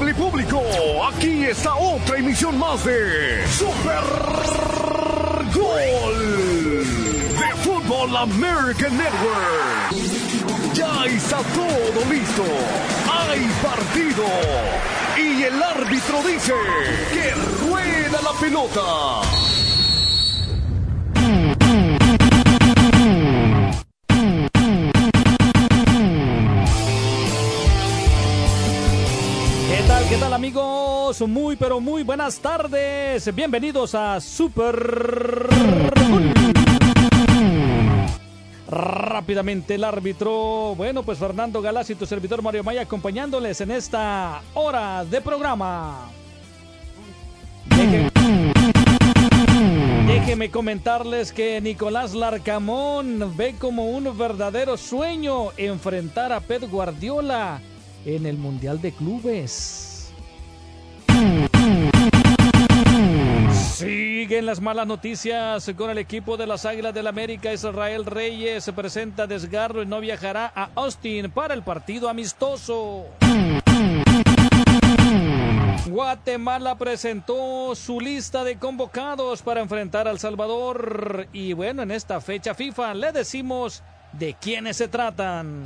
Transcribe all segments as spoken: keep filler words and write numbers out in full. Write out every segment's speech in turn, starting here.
Órale, público, aquí está otra emisión más de Super Gol de Fútbol American Network. Ya está todo listo. Hay partido. Y el árbitro dice que rueda la pelota. ¿Qué tal, amigos? Muy pero muy buenas tardes. Bienvenidos a Super Gol. Rápidamente el árbitro, bueno, pues Fernando Galás y tu servidor Mario Amaya acompañándoles en esta hora de programa. Deje... Déjeme comentarles que Nicolás Larcamón ve como un verdadero sueño enfrentar a Pep Guardiola en el Mundial de Clubes. Siguen las malas noticias con el equipo de las Águilas del América. Israel Reyes se presenta desgarro y no viajará a Austin para el partido amistoso. Guatemala presentó su lista de convocados para enfrentar a El Salvador. Y bueno, en esta fecha FIFA le decimos de quiénes se tratan.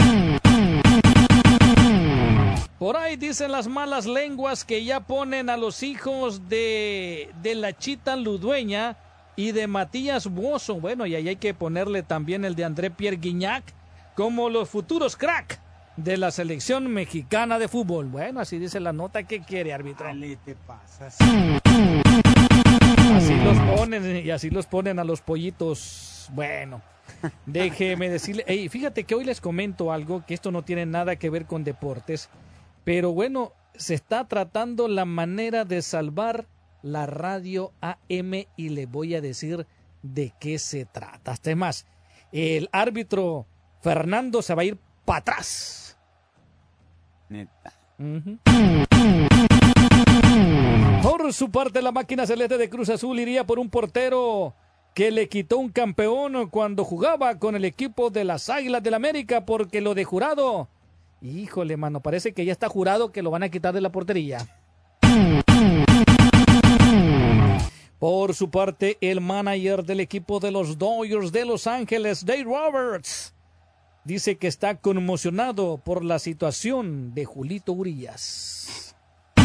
Por ahí dicen las malas lenguas que ya ponen a los hijos de, de la Chita Ludueña y de Matías Buoso. Bueno, y ahí hay que ponerle también el de André Pierre Guignac como los futuros crack de la selección mexicana de fútbol. Bueno, así dice la nota. ¿Qué quiere, árbitro? Dale, te pasas. Así los ponen y así los ponen a los pollitos. Bueno, déjeme decirle, hey, fíjate que hoy les comento algo, que esto no tiene nada que ver con deportes. Pero bueno, se está tratando la manera de salvar la radio A M y le voy a decir de qué se trata. Hasta más, el árbitro Fernando se va a ir para atrás. Neta. Uh-huh. Por su parte, la máquina celeste de Cruz Azul iría por un portero que le quitó un campeón cuando jugaba con el equipo de las Águilas del América, porque lo de Jurado... Híjole, mano, parece que ya está jurado que lo van a quitar de la portería. Por su parte, el manager del equipo de los Dodgers de Los Ángeles, Dave Roberts, dice que está conmocionado por la situación de Julito Urías.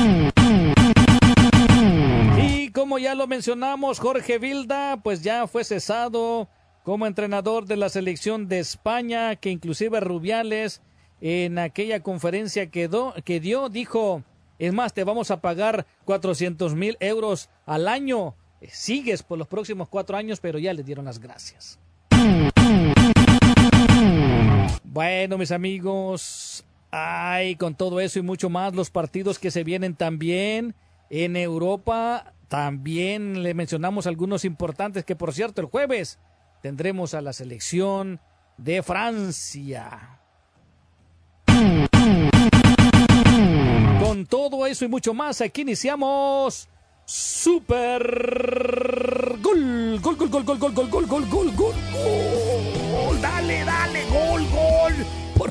Y como ya lo mencionamos, Jorge Vilda, pues ya fue cesado como entrenador de la selección de España, que inclusive Rubiales... En aquella conferencia que, do, que dio, dijo, es más, te vamos a pagar cuatrocientos mil euros al año. Sigues por los próximos cuatro años, pero ya le dieron las gracias. Bueno, mis amigos, ay, con todo eso y mucho más, los partidos que se vienen también en Europa, también le mencionamos algunos importantes, que por cierto, el jueves tendremos a la selección de Francia. Con todo eso y mucho más, aquí iniciamos Super Gol. Gol, gol, gol, gol, gol, gol, gol, gol, gol, gol, gol. Dale, dale, gol, gol. Por...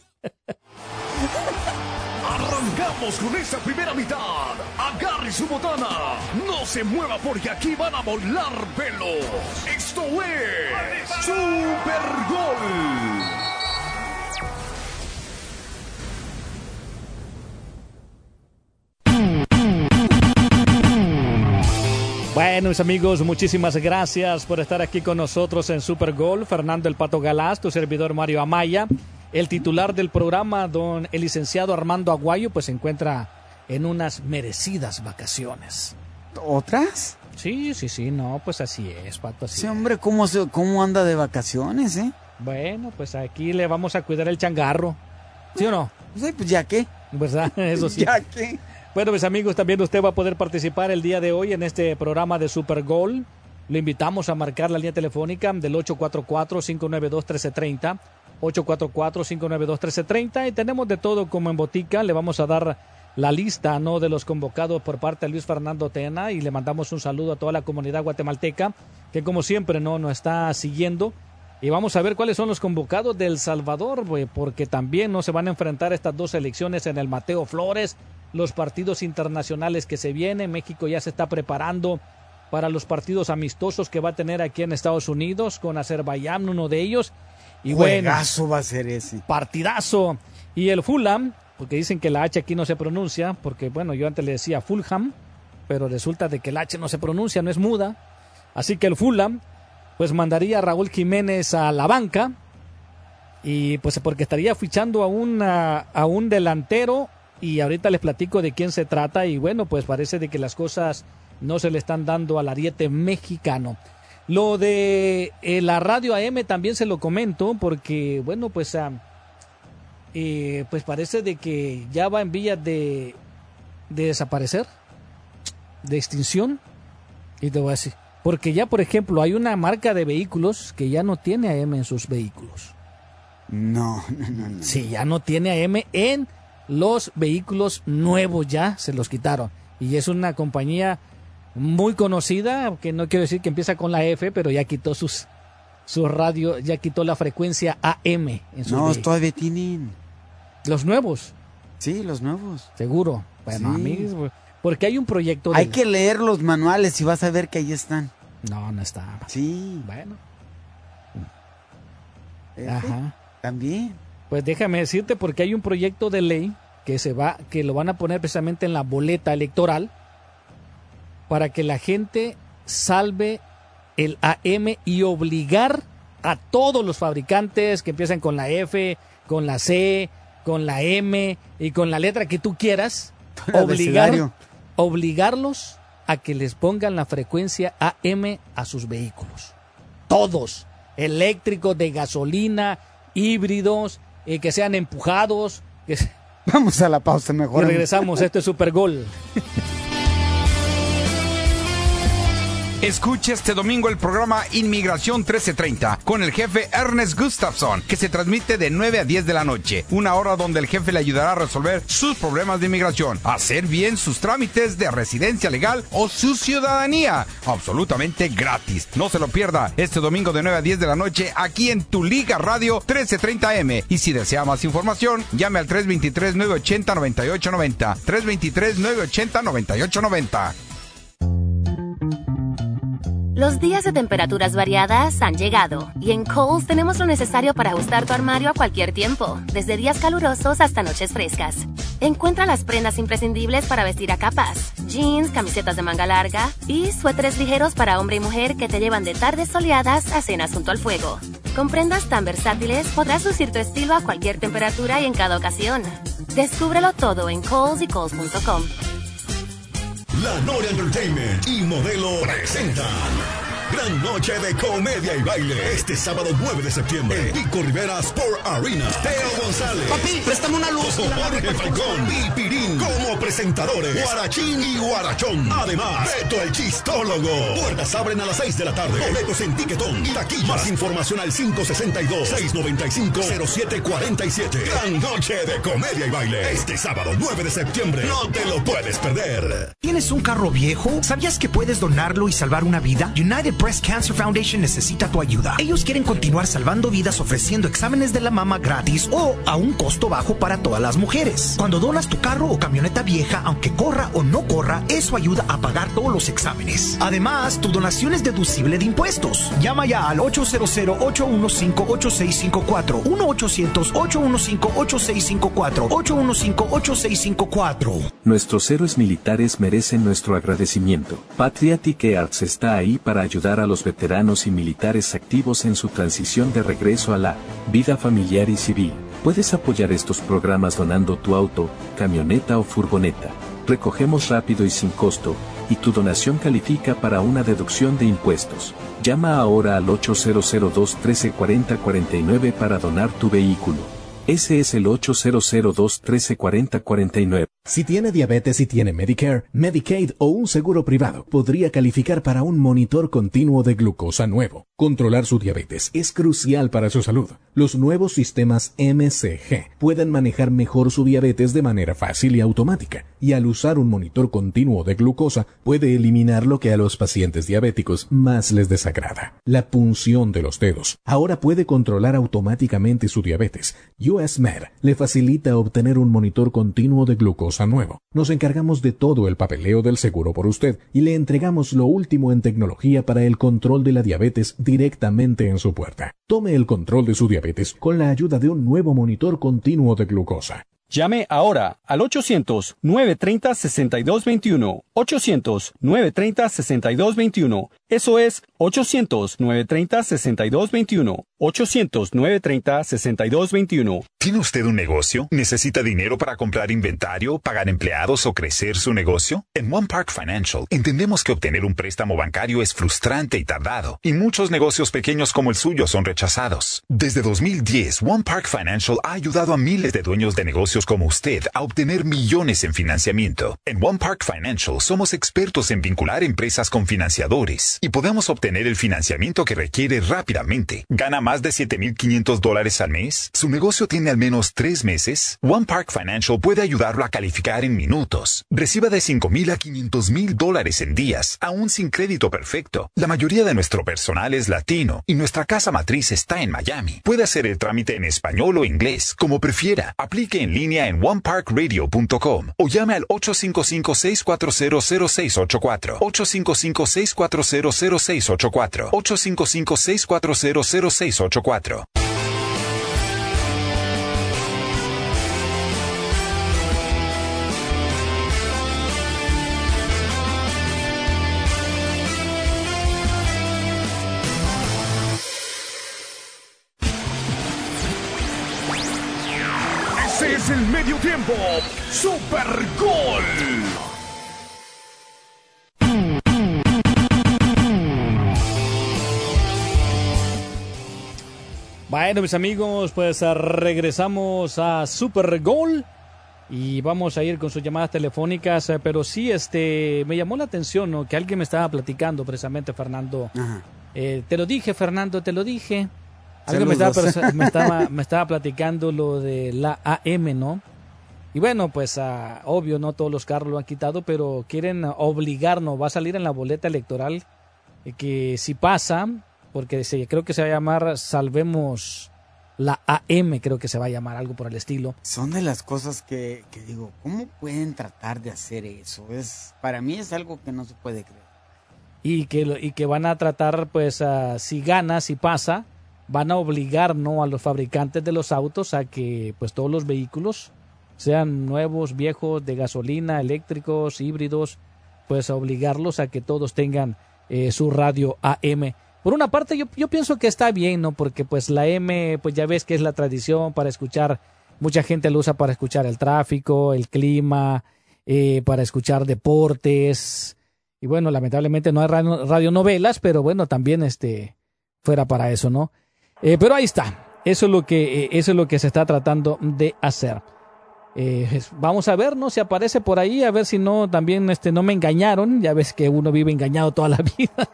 Arrancamos con esta primera mitad. Agarre su botana. No se mueva porque aquí van a volar pelos. Esto es Super Gol. Bueno, mis amigos, muchísimas gracias por estar aquí con nosotros en Super Gol. Fernando El Pato Galás, tu servidor Mario Amaya, el titular del programa, don el licenciado Armando Aguayo, pues se encuentra en unas merecidas vacaciones. ¿Otras? Sí, sí, sí, no, pues así es, Pato, así Sí, es. hombre, ¿cómo, se, ¿cómo anda de vacaciones, eh? Bueno, pues aquí le vamos a cuidar el changarro, ¿sí o no? Pues, pues ya qué. ¿Verdad? Eso sí. ¿Ya qué? Bueno, mis amigos, también usted va a poder participar el día de hoy en este programa de Super Gol. Lo invitamos a marcar la línea telefónica del ocho cuatro cuatro, cinco nueve dos, uno tres tres cero, ocho cuatro cuatro, cinco nueve dos, uno tres tres cero, y tenemos de todo como en botica. Le vamos a dar la lista, ¿no?, de los convocados por parte de Luis Fernando Tena, y le mandamos un saludo a toda la comunidad guatemalteca que como siempre no nos está siguiendo. Y vamos a ver cuáles son los convocados de El Salvador, porque también no se van a enfrentar estas dos selecciones en el Mateo Flores. los partidos internacionales que se vienen. México ya se está preparando para los partidos amistosos que va a tener aquí en Estados Unidos, con Azerbaiyán, uno de ellos. Y Juegazo bueno, va a ser ese. Partidazo. Y el Fulham, porque dicen que la H aquí no se pronuncia, porque bueno, yo antes le decía Fulham, pero resulta de que la H no se pronuncia, no es muda. Así que el Fulham, pues mandaría a Raúl Jiménez a la banca, y pues porque estaría fichando a, una, a un delantero, y ahorita les platico de quién se trata, y bueno, pues parece de que las cosas no se le están dando al ariete mexicano. Lo de eh, la radio A M también se lo comento, porque bueno, pues, uh, eh, pues parece de que ya va en vías de, de desaparecer, de extinción, y te voy a decir, porque ya por ejemplo hay una marca de vehículos que ya no tiene A M en sus vehículos. No, no, no, no. Sí, ya no tiene A M en los vehículos nuevos, ya se los quitaron. Y es una compañía muy conocida, que no quiero decir que empieza con la F, pero ya quitó sus, sus radios, ya quitó la frecuencia A M en sus No, vehículos. todavía tienen. Los nuevos. Sí, los nuevos. Seguro. Bueno, Sí. a mí, porque hay un proyecto de... Hay que leer los manuales y vas a ver que ahí están. No, no está. Sí. Bueno. F, Ajá. También. Pues déjame decirte, porque hay un proyecto de ley que se va, que lo van a poner precisamente en la boleta electoral para que la gente salve el A M y obligar a todos los fabricantes que empiezan con la F, con la C, con la M y con la letra que tú quieras, El obligar, abecedario. obligarlos a que les pongan la frecuencia A M a sus vehículos. Todos, eléctricos, de gasolina, híbridos, eh, que sean empujados. Que se... Vamos a la pausa mejor. Y regresamos, este es Super Gol. Escuche este domingo el programa Inmigración trece treinta con el jefe Ernest Gustafson, que se transmite de nueve a diez de la noche, una hora donde el jefe le ayudará a resolver sus problemas de inmigración, hacer bien sus trámites de residencia legal o su ciudadanía, absolutamente gratis. No se lo pierda este domingo de nueve a diez de la noche aquí en Tu Liga Radio trece treinta eme. Y si desea más información, llame al tres dos tres, nueve ocho cero, nueve ocho nueve cero, tres dos tres, nueve ocho cero, nueve ocho nueve cero. Los días de temperaturas variadas han llegado y en Kohl's tenemos lo necesario para ajustar tu armario a cualquier tiempo, desde días calurosos hasta noches frescas. Encuentra las prendas imprescindibles para vestir a capas, jeans, camisetas de manga larga y suéteres ligeros para hombre y mujer que te llevan de tardes soleadas a cenas junto al fuego. Con prendas tan versátiles podrás lucir tu estilo a cualquier temperatura y en cada ocasión. Descúbrelo todo en Kohl's y Kohl's punto com. La Noria Entertainment y Modelo presentan Gran Noche de Comedia y Baile este sábado nueve de septiembre. Pico Rivera Sport Arena. Teo González. Papi, préstame una luz. Jorge Falcón y Pirín como presentadores. Guarachín y Guarachón. Además, Beto el Chistólogo. Puertas abren a las seis de la tarde. Boletos en Tiquetón y taquillas. Más información al cinco seis dos, seis nueve cinco, cero siete cuatro siete. Gran Noche de Comedia y Baile este sábado nueve de septiembre. No te lo puedes perder. ¿Tienes un carro viejo? ¿Sabías que puedes donarlo y salvar una vida? United Breast Cancer Foundation necesita tu ayuda. Ellos quieren continuar salvando vidas ofreciendo exámenes de la mama gratis o a un costo bajo para todas las mujeres. Cuando donas tu carro o camioneta vieja, aunque corra o no corra, eso ayuda a pagar todos los exámenes. Además, tu donación es deducible de impuestos. Llama ya al ocho cero cero, ocho uno cinco, ocho seis cinco cuatro, uno ochocientos, ocho uno cinco, ocho seis cinco cuatro, ocho uno cinco, ocho seis cinco cuatro. Nuestros héroes militares merecen nuestro agradecimiento. Patriotic Arts está ahí para ayudar a los veteranos y militares activos en su transición de regreso a la vida familiar y civil. Puedes apoyar estos programas donando tu auto, camioneta o furgoneta. Recogemos rápido y sin costo, y tu donación califica para una deducción de impuestos. Llama ahora al ocho cero cero, dos uno tres, cuatro cero cuatro nueve para donar tu vehículo. Ese es el ocho cero cero, dos uno tres, cuatro cero cuatro nueve. Si tiene diabetes y tiene Medicare, Medicaid o un seguro privado, podría calificar para un monitor continuo de glucosa nuevo. Controlar su diabetes es crucial para su salud. Los nuevos sistemas M C G pueden manejar mejor su diabetes de manera fácil y automática, y al usar un monitor continuo de glucosa, puede eliminar lo que a los pacientes diabéticos más les desagrada: la punción de los dedos. Ahora puede controlar automáticamente su diabetes. U S Med le facilita obtener un monitor continuo de glucosa Glucosa Nuevo. Nos encargamos de todo el papeleo del seguro por usted y le entregamos lo último en tecnología para el control de la diabetes directamente en su puerta. Tome el control de su diabetes con la ayuda de un nuevo monitor continuo de glucosa. Llame ahora al ochocientos, nueve treinta, sesenta y dos veintiuno. ochocientos, nueve treinta, sesenta y dos veintiuno. Eso es ochocientos, nueve treinta, sesenta y dos veintiuno. ochocientos, nueve treinta, sesenta y dos veintiuno. ¿Tiene usted un negocio? ¿Necesita dinero para comprar inventario, pagar empleados o crecer su negocio? En One Park Financial entendemos que obtener un préstamo bancario es frustrante y tardado, y muchos negocios pequeños como el suyo son rechazados. Desde dos mil diez, One Park Financial ha ayudado a miles de dueños de negocios como usted a obtener millones en financiamiento. En One Park Financial somos expertos en vincular empresas con financiadores y podemos obtener el financiamiento que requiere rápidamente. ¿Gana más de siete mil quinientos dólares al mes? ¿Su negocio tiene al menos tres meses? One Park Financial puede ayudarlo a calificar en minutos. Reciba de cinco mil a quinientos mil dólares en días, aún sin crédito perfecto. La mayoría de nuestro personal es latino y nuestra casa matriz está en Miami. Puede hacer el trámite en español o inglés, como prefiera. Aplique en línea en one park radio punto com o llame al ocho cinco cinco, seis cuatro cero, cero seis ocho cuatro. ocho cinco cinco, seis cuatro cero, cero seis ocho cuatro. ocho cinco cinco, seis cuatro cero, cero seis ocho cuatro. Ese es el medio tiempo. Super Gol. Bueno, mis amigos, pues regresamos a Super Gol y vamos a ir con sus llamadas telefónicas, pero sí, este, me llamó la atención, ¿no?, que alguien me estaba platicando precisamente, Fernando. Eh, te lo dije, Fernando, te lo dije. Alguien me estaba, me, estaba, me estaba platicando lo de la A M, ¿no? Y bueno, pues uh, obvio, no todos los carros lo han quitado, pero quieren obligarnos, va a salir en la boleta electoral eh, que si pasa, porque se, creo que se va a llamar Salvemos la A M, creo que se va a llamar algo por el estilo. Son de las cosas que, que digo, ¿cómo pueden tratar de hacer eso? Es, para mí es algo que no se puede creer. Y que, y que van a tratar, pues, uh, si gana, si pasa, van a obligar, ¿no?, a los fabricantes de los autos a que pues todos los vehículos, sean nuevos, viejos, de gasolina, eléctricos, híbridos, pues a obligarlos a que todos tengan eh, su radio A M. Por una parte yo, yo pienso que está bien, ¿no?, porque pues la M, pues ya ves que es la tradición para escuchar, mucha gente lo usa para escuchar el tráfico, el clima, eh, para escuchar deportes, y bueno, lamentablemente no hay radio, radionovelas, pero bueno, también este fuera para eso, ¿no? Eh, pero ahí está, eso es lo que eh, eso es lo que se está tratando de hacer. Eh, vamos a ver, ¿no?, si aparece por ahí, a ver si no, también este no me engañaron. Ya ves que uno vive engañado toda la vida.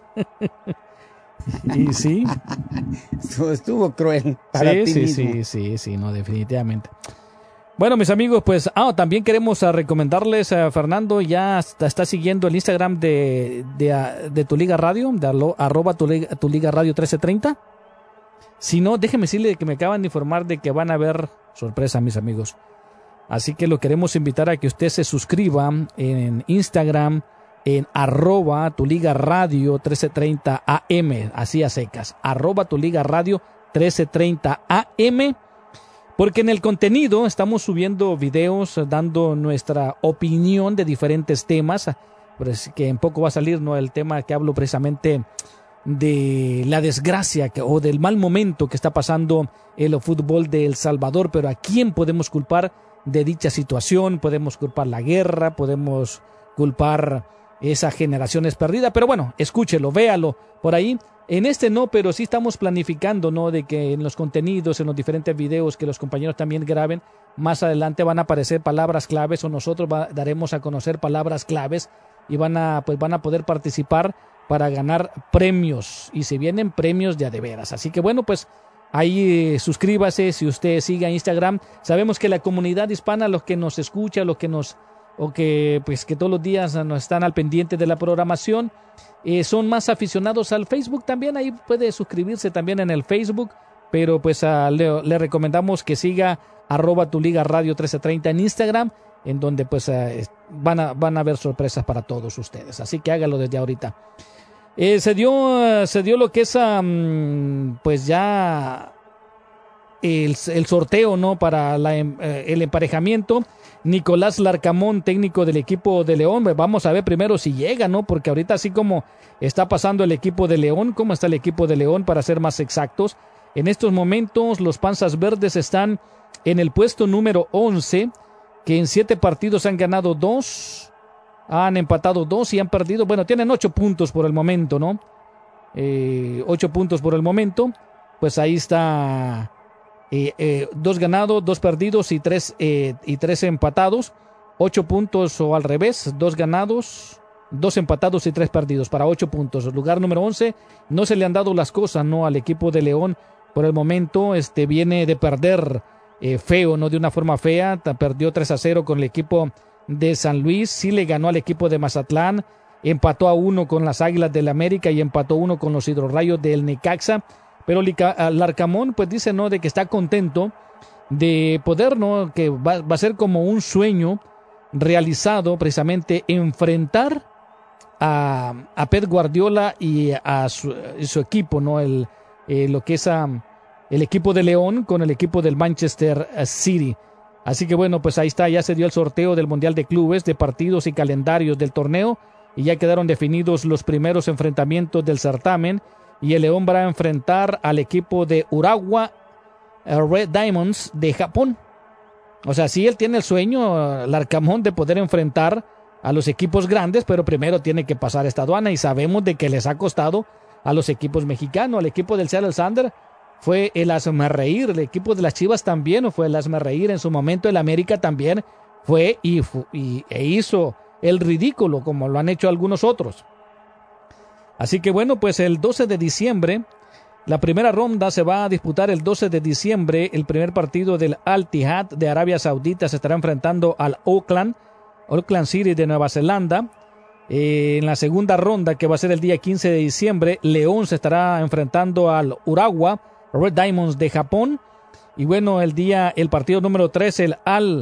Y sí. Estuvo, estuvo cruel para sí, ti sí, mismo. sí, sí, sí, no, definitivamente. Bueno, mis amigos, pues ah, también queremos uh, recomendarles a uh, Fernando, ya está, está siguiendo el Instagram de, de, uh, de Tu Liga Radio, de alo, arroba tu, liga, tu Liga Radio trece treinta. Si no, déjenme decirle que me acaban de informar de que van a haber sorpresa, mis amigos. Así que lo queremos invitar a que usted se suscriba en Instagram, en arroba Tu Liga Radio trece treinta A M, así a secas, arroba Tu Liga Radio trece treinta A M. Porque en el contenido estamos subiendo videos dando nuestra opinión de diferentes temas, pues que en poco va a salir, ¿no?, el tema que hablo precisamente de la desgracia que, o del mal momento que está pasando el fútbol de El Salvador, pero ¿a quién podemos culpar de dicha situación? Podemos culpar la guerra, podemos culpar esa generación es perdida, pero bueno, escúchelo, véalo por ahí. En este no, pero sí estamos planificando, ¿no?, de que en los contenidos, en los diferentes videos que los compañeros también graben, más adelante van a aparecer palabras claves o nosotros va, daremos a conocer palabras claves y van a, pues van a poder participar para ganar premios. Y se vienen premios de a de veras. Así que bueno, pues ahí eh, suscríbase si usted sigue a Instagram. Sabemos que la comunidad hispana, los que nos escucha, los que nos... o que pues que todos los días nos están al pendiente de la programación, eh, son más aficionados al Facebook también. Ahí puede suscribirse también en el Facebook, pero pues uh, le, le recomendamos que siga arroba Tu Liga Radio trece treinta en Instagram en donde pues eh, van, a, van a haber sorpresas para todos ustedes. Así que hágalo desde ahorita. Eh, se, dio, se dio lo que es um, pues ya el, el sorteo, ¿no? Para la, eh, el emparejamiento. Nicolás Larcamón, técnico del equipo de León. Vamos a ver primero si llega, ¿no? Porque ahorita así como está pasando el equipo de León, ¿cómo está el equipo de León para ser más exactos? En estos momentos los Panzas Verdes están en el puesto número once, que en siete partidos han ganado dos, han empatado dos y han perdido, bueno, tienen ocho puntos por el momento, ¿no? Eh, ocho puntos por el momento, pues ahí está... Eh, eh, dos ganados, dos perdidos y tres, eh, y tres empatados, ocho puntos o al revés, dos ganados, dos empatados y tres perdidos para ocho puntos. El lugar número once, no se le han dado las cosas, ¿no? Al equipo de León por el momento, este viene de perder eh, feo, ¿no? De una forma fea, perdió tres a cero con el equipo de San Luis, sí le ganó al equipo de Mazatlán, empató a uno con las Águilas del América y empató uno con los Hidrorrayos del Necaxa. Pero Larcamón pues dice, ¿no? De que está contento de poder, ¿no? Que va, va a ser como un sueño realizado precisamente enfrentar a, a Pep Guardiola y a su, a su equipo, ¿no? El, eh, lo que es a, el equipo de León con el equipo del Manchester City. Así que bueno, pues ahí está, ya se dio el sorteo del Mundial de Clubes, de partidos y calendarios del torneo y ya quedaron definidos los primeros enfrentamientos del certamen. Y el León va a enfrentar al equipo de Urawa Red Diamonds de Japón. O sea, sí, él tiene el sueño, Larcamón, de poder enfrentar a los equipos grandes, pero primero tiene que pasar esta aduana y sabemos de que les ha costado a los equipos mexicanos. El equipo del Seattle Sander fue el hazmerreír, el equipo de las Chivas también fue el hazmerreír en su momento, el América también fue y, y e hizo el ridículo como lo han hecho algunos otros. Así que bueno, pues el doce de diciembre, la primera ronda se va a disputar el doce de diciembre. El primer partido del Al-Ittihad de Arabia Saudita se estará enfrentando al Auckland, Auckland City de Nueva Zelanda. Eh, en la segunda ronda, que va a ser el día quince de diciembre, León se estará enfrentando al Urawa Red Diamonds de Japón. Y bueno, el día, el partido número tres, el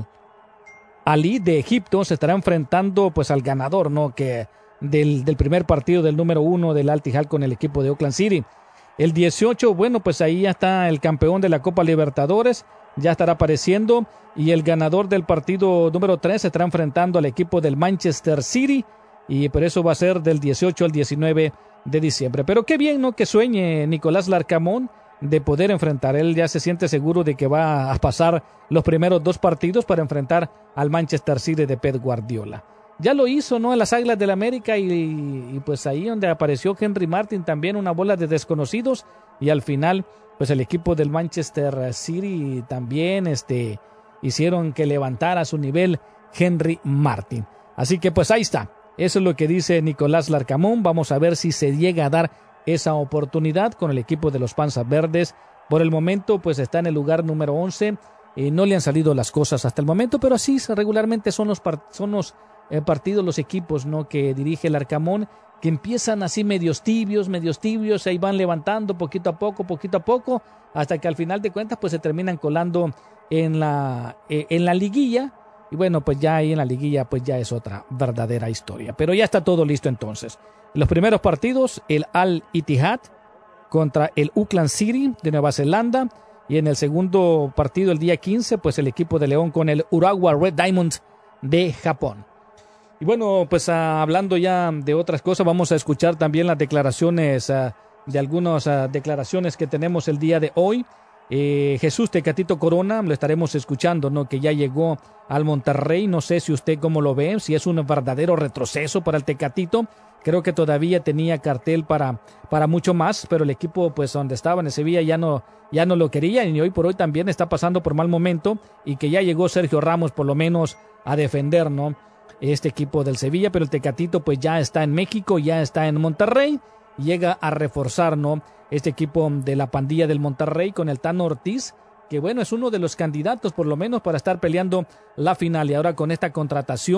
Al-Ali de Egipto se estará enfrentando pues al ganador, ¿no? Que Del, del primer partido del número uno del Al-Ittihad con el equipo de Auckland City. El dieciocho, bueno, pues ahí ya está el campeón de la Copa Libertadores, ya estará apareciendo, y el ganador del partido número tres se estará enfrentando al equipo del Manchester City, y por eso va a ser del dieciocho al diecinueve de diciembre. Pero qué bien, ¿no? Que sueñe Nicolás Larcamón de poder enfrentar. Él ya se siente seguro de que va a pasar los primeros dos partidos para enfrentar al Manchester City de Pep Guardiola. Ya lo hizo, ¿no? En las Águilas del América y, y pues ahí donde apareció Henry Martin también, una bola de desconocidos, y al final pues el equipo del Manchester City también este, hicieron que levantara su nivel Henry Martin. Así que pues ahí está, eso es lo que dice Nicolás Larcamón. Vamos a ver si se llega a dar esa oportunidad con el equipo de los Panzas Verdes. Por el momento pues está en el lugar número once, eh, no le han salido las cosas hasta el momento, pero así regularmente son los, part- son los Eh, partidos, los equipos, ¿no? Que dirige el Larcamón, que empiezan así medios tibios, medios tibios, ahí van levantando poquito a poco, poquito a poco, hasta que al final de cuentas pues se terminan colando en la, eh, en la liguilla, y bueno, pues ya ahí en la liguilla pues ya es otra verdadera historia. Pero ya está todo listo entonces. En los primeros partidos, el Al-Ittihad contra el Auckland City de Nueva Zelanda, y en el segundo partido, el día quince, pues el equipo de León con el Urawa Red Diamonds de Japón. Y bueno, pues uh, hablando ya de otras cosas, vamos a escuchar también las declaraciones, uh, de algunas uh, declaraciones que tenemos el día de hoy. Eh, Jesús Tecatito Corona, lo estaremos escuchando, ¿no? Que ya llegó al Monterrey. No sé si usted cómo lo ve, si es un verdadero retroceso para el Tecatito. Creo que todavía tenía cartel para, para mucho más, pero el equipo pues donde estaba en Sevilla ya no, ya no lo quería, y hoy por hoy también está pasando por mal momento, y que ya llegó Sergio Ramos por lo menos a defender, ¿no? Este equipo del Sevilla, pero el Tecatito pues ya está en México, ya está en Monterrey, y llega a reforzar, ¿no? Este equipo de la pandilla del Monterrey con el Tano Ortiz, que bueno, es uno de los candidatos por lo menos para estar peleando la final, y ahora con esta contratación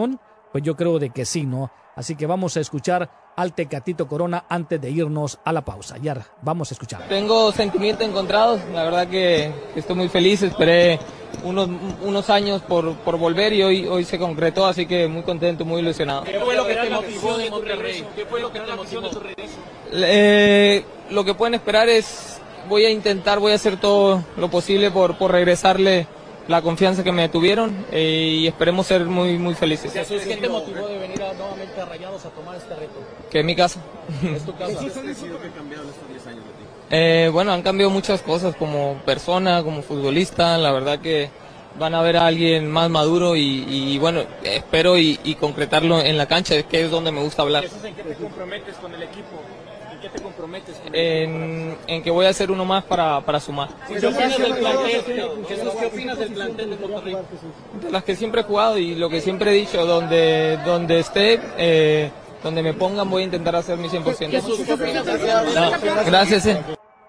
pues yo creo de que sí, ¿no? Así que vamos a escuchar al Tecatito Corona antes de irnos a la pausa. Ya, vamos a escuchar. Tengo sentimientos encontrados, la verdad que estoy muy feliz, esperé unos, unos años por, por volver y hoy, hoy se concretó, así que muy contento, muy ilusionado. ¿Qué fue lo que te motivó de Monterrey? ¿Qué fue lo que te motivó de tu regreso? Eh, lo que pueden esperar es, voy a intentar, voy a hacer todo lo posible por, por regresarle la confianza que me tuvieron eh, y esperemos ser muy muy felices. ¿Qué te motivó de venir a, nuevamente a Rayados a tomar este reto? Que es mi casa. ¿Es tu casa? ¿Qué has decidido que ha cambiado en estos diez años de ti? Eh, bueno, han cambiado muchas cosas como persona, como futbolista. La verdad que van a ver a alguien más maduro y, y bueno, espero y, y concretarlo en la cancha, que es donde me gusta hablar. ¿Eso es en qué te comprometes con el equipo? ¿En qué te comprometes con el en, equipo? En que voy a ser uno más para, para sumar. ¿Qué opinas del plantel? Jesús, ¿qué opinas del plantel de Monterrey? De las que siempre he jugado y lo que siempre he dicho, donde, donde esté, eh, donde me pongan voy a intentar hacer mi cien por ciento. Jesús, ¿qué opinas del no, gracias. Eh.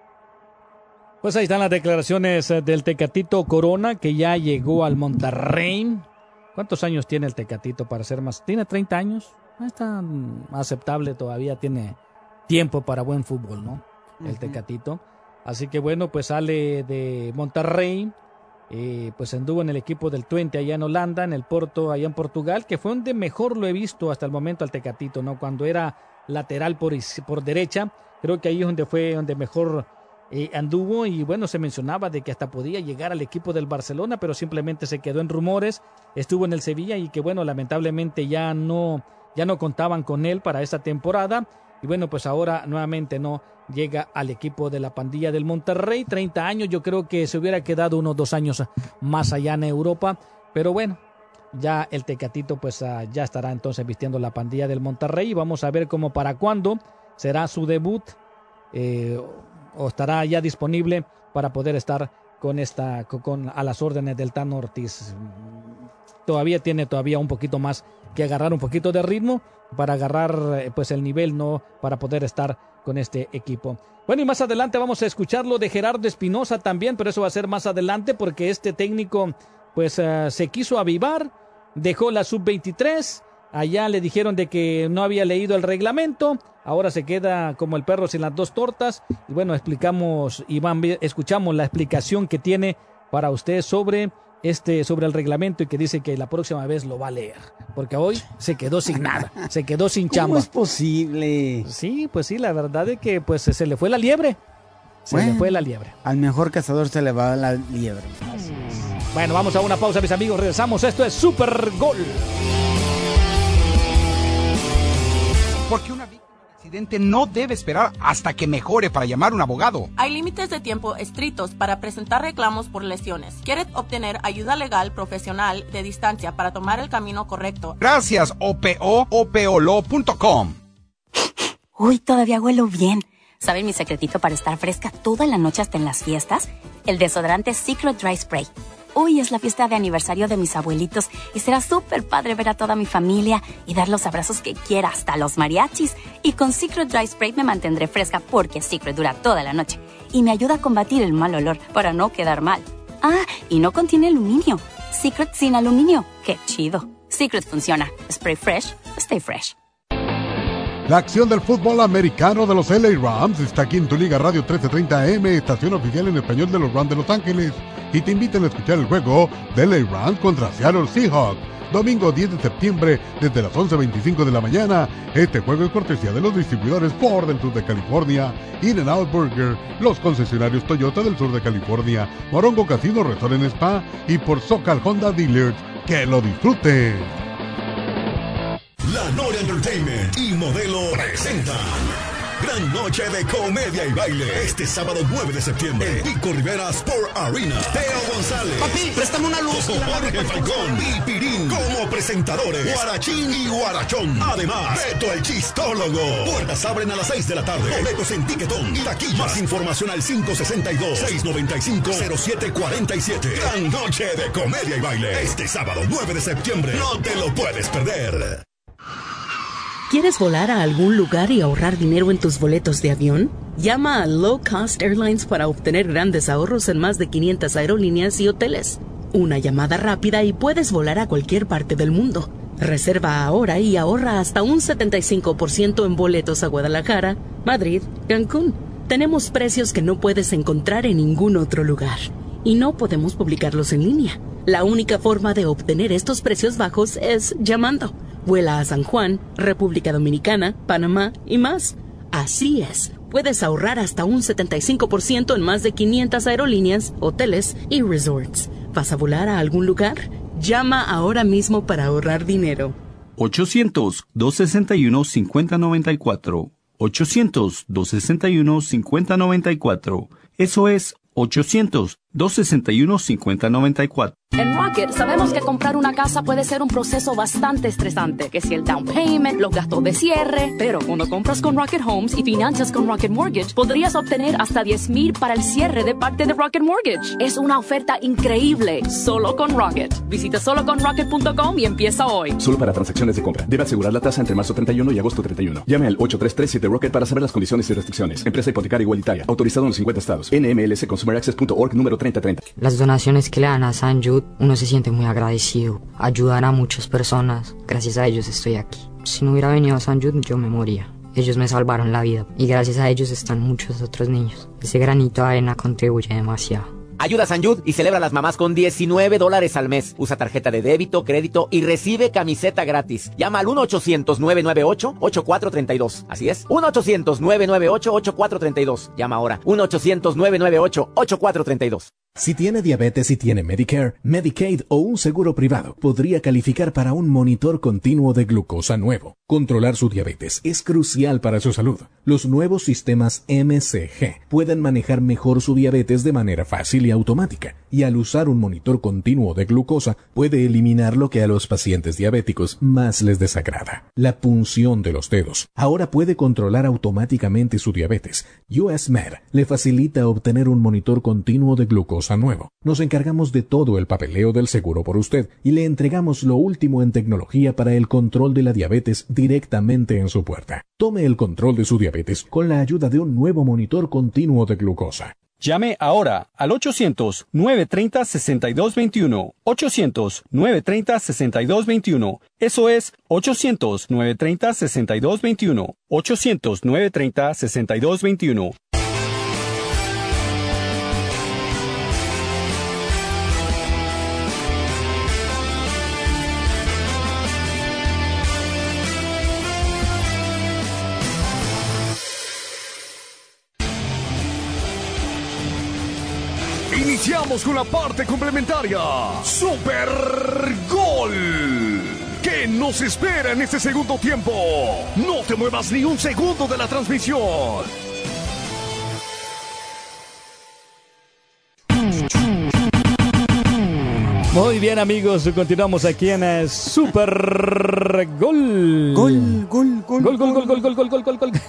Pues ahí están las declaraciones del Tecatito Corona, que ya llegó al Monterrey. ¿Cuántos años tiene el Tecatito para ser más? ¿Tiene treinta años? No es tan aceptable todavía, tiene tiempo para buen fútbol, ¿no? El uh-huh. Tecatito. Así que bueno, pues sale de Monterrey, eh, pues anduvo en el equipo del Twente allá en Holanda, en el Porto allá en Portugal, que fue donde mejor lo he visto hasta el momento al Tecatito, ¿no? Cuando era lateral por, por derecha, creo que ahí es donde fue donde mejor eh, anduvo y bueno, se mencionaba de que hasta podía llegar al equipo del Barcelona, pero simplemente se quedó en rumores, estuvo en el Sevilla y que bueno, lamentablemente ya no, ya no contaban con él para esta temporada. Y bueno, pues ahora nuevamente no llega al equipo de la pandilla del Monterrey. treinta años, yo creo que se hubiera quedado unos dos años más allá en Europa. Pero bueno, ya el Tecatito pues uh, ya estará entonces vistiendo la pandilla del Monterrey. Y vamos a ver cómo para cuándo será su debut. Eh, o estará ya disponible para poder estar con esta con, a las órdenes del Tan Ortiz. Todavía tiene todavía un poquito más que agarrar un poquito de ritmo para agarrar pues el nivel, no para poder estar con este equipo. Bueno, y más adelante vamos a escucharlo de Gerardo Espinoza también, pero eso va a ser más adelante porque este técnico pues uh, se quiso avivar, dejó la sub veintitrés, allá le dijeron de que no había leído el reglamento, ahora se queda como el perro sin las dos tortas. Y bueno, explicamos y van, escuchamos la explicación que tiene para usted sobre este sobre el reglamento y que dice que la próxima vez lo va a leer, porque hoy se quedó sin nada, se quedó sin chamba. ¿Cómo es posible? Sí, pues sí, la verdad es que pues se le fue la liebre. Se bueno, le fue la liebre. Al mejor cazador se le va la liebre. Así es. Bueno, vamos a una pausa, mis amigos, regresamos. Esto es Super Gol. Porque una víctima de accidente no debe esperar hasta que mejore para llamar a un abogado. Hay límites de tiempo estrictos para presentar reclamos por lesiones. ¿Quieres obtener ayuda legal profesional de distancia para tomar el camino correcto? Gracias, O P O O P O L O punto com. Uy, todavía huelo bien. ¿Saben mi secretito para estar fresca toda la noche hasta en las fiestas? El desodorante Secret Dry Spray. Hoy es la fiesta de aniversario de mis abuelitos y será súper padre ver a toda mi familia y dar los abrazos que quiera, hasta los mariachis. Y con Secret Dry Spray me mantendré fresca porque Secret dura toda la noche y me ayuda a combatir el mal olor para no quedar mal. Ah, y no contiene aluminio. Secret sin aluminio. ¡Qué chido! Secret funciona. Spray fresh, stay fresh. La acción del fútbol americano de los L A Rams está aquí en tu Liga Radio trece treinta A M, estación oficial en español de los Rams de Los Ángeles, y te invitan a escuchar el juego de L A Rams contra Seattle Seahawks, domingo diez de septiembre desde las once veinticinco de la mañana. Este juego es cortesía de los distribuidores Ford del sur de California, In-N-Out Burger, los concesionarios Toyota del sur de California, Morongo Casino Resort en Spa y por Socal Honda Dealers. ¡Que lo disfruten! La Noria Entertainment y Modelo presentan Gran Noche de Comedia y Baile este sábado nueve de septiembre en Pico Rivera Sport Arena. Teo González, papi, préstame una luz. Jorge Falcón y Pirín como presentadores, Guarachín y Guarachón. Además, Beto el Chistólogo. Puertas abren a las seis de la tarde. Boletos en Tiquetón y taquilla. Más información al cinco sesenta y dos, seiscientos noventa y cinco, cero siete cuarenta y siete. Gran Noche de Comedia y Baile este sábado nueve de septiembre. No te lo puedes perder. ¿Quieres volar a algún lugar y ahorrar dinero en tus boletos de avión? Llama a Low Cost Airlines para obtener grandes ahorros en más de quinientas aerolíneas y hoteles. Una llamada rápida y puedes volar a cualquier parte del mundo. Reserva ahora y ahorra hasta un setenta y cinco por ciento en boletos a Guadalajara, Madrid, Cancún. Tenemos precios que no puedes encontrar en ningún otro lugar. Y no podemos publicarlos en línea. La única forma de obtener estos precios bajos es llamando. Vuela a San Juan, República Dominicana, Panamá y más. Así es. Puedes ahorrar hasta un setenta y cinco por ciento en más de quinientas aerolíneas, hoteles y resorts. ¿Vas a volar a algún lugar? Llama ahora mismo para ahorrar dinero. ochocientos, dos sesenta y uno, cincuenta noventa y cuatro. ochocientos, dos sesenta y uno, cincuenta noventa y cuatro. Eso es ochocientos, dos sesenta y uno, cincuenta noventa y cuatro. En Rocket sabemos que comprar una casa puede ser un proceso bastante estresante, que si el down payment, los gastos de cierre, pero cuando compras con Rocket Homes y financias con Rocket Mortgage, podrías obtener hasta diez mil para el cierre de parte de Rocket Mortgage. Es una oferta increíble, solo con Rocket. Visita solo con rocket punto com y empieza hoy. Solo para transacciones de compra. Debe asegurar la tasa entre marzo treinta y uno y agosto treinta y uno. Llame al ocho tres tres siete Rocket para saber las condiciones y restricciones. Empresa hipotecaria igualitaria. Autorizado en los cincuenta estados. N M L S consumer access punto org número treinta treinta. Las donaciones que le dan a San Jude, uno se siente muy agradecido. Ayudan a muchas personas. Gracias a ellos estoy aquí. Si no hubiera venido a San Jude, yo me moría. Ellos me salvaron la vida. Y gracias a ellos están muchos otros niños. Ese granito de arena contribuye demasiado. Ayuda a San Jude y celebra a las mamás con diecinueve dólares al mes. Usa tarjeta de débito, crédito y recibe camiseta gratis. Llama al uno ochocientos, nueve nueve ocho, ocho cuatro tres dos. Así es, uno ochocientos, nueve nueve ocho, ocho cuatro tres dos. Llama ahora, uno ochocientos, nueve nueve ocho, ocho cuatro tres dos. Si tiene diabetes y tiene Medicare, Medicaid o un seguro privado, podría calificar para un monitor continuo de glucosa nuevo. Controlar su diabetes es crucial para su salud. Los nuevos sistemas M C G pueden manejar mejor su diabetes de manera fácil y automática, y al usar un monitor continuo de glucosa puede eliminar lo que a los pacientes diabéticos más les desagrada: la punción de los dedos. Ahora puede controlar automáticamente su diabetes. U S Med le facilita obtener un monitor continuo de glucosa nuevo. Nos encargamos de todo el papeleo del seguro por usted y le entregamos lo último en tecnología para el control de la diabetes directamente en su puerta. Tome el control de su diabetes con la ayuda de un nuevo monitor continuo de glucosa. Llame ahora al ochocientos, nueve treinta, sesenta y dos veintiuno. ochocientos, nueve treinta, sesenta y dos veintiuno. Eso es ochocientos, nueve treinta, sesenta y dos veintiuno. ochocientos, nueve treinta, sesenta y dos veintiuno. Iniciamos con la parte complementaria. Super Gol. ¿Qué nos espera en este segundo tiempo? No te muevas ni un segundo de la transmisión. Muy bien, amigos, continuamos aquí en el Super Gol. Gol, gol, gol. Gol, gol, gol, gol, gol, gol, gol, gol, gol.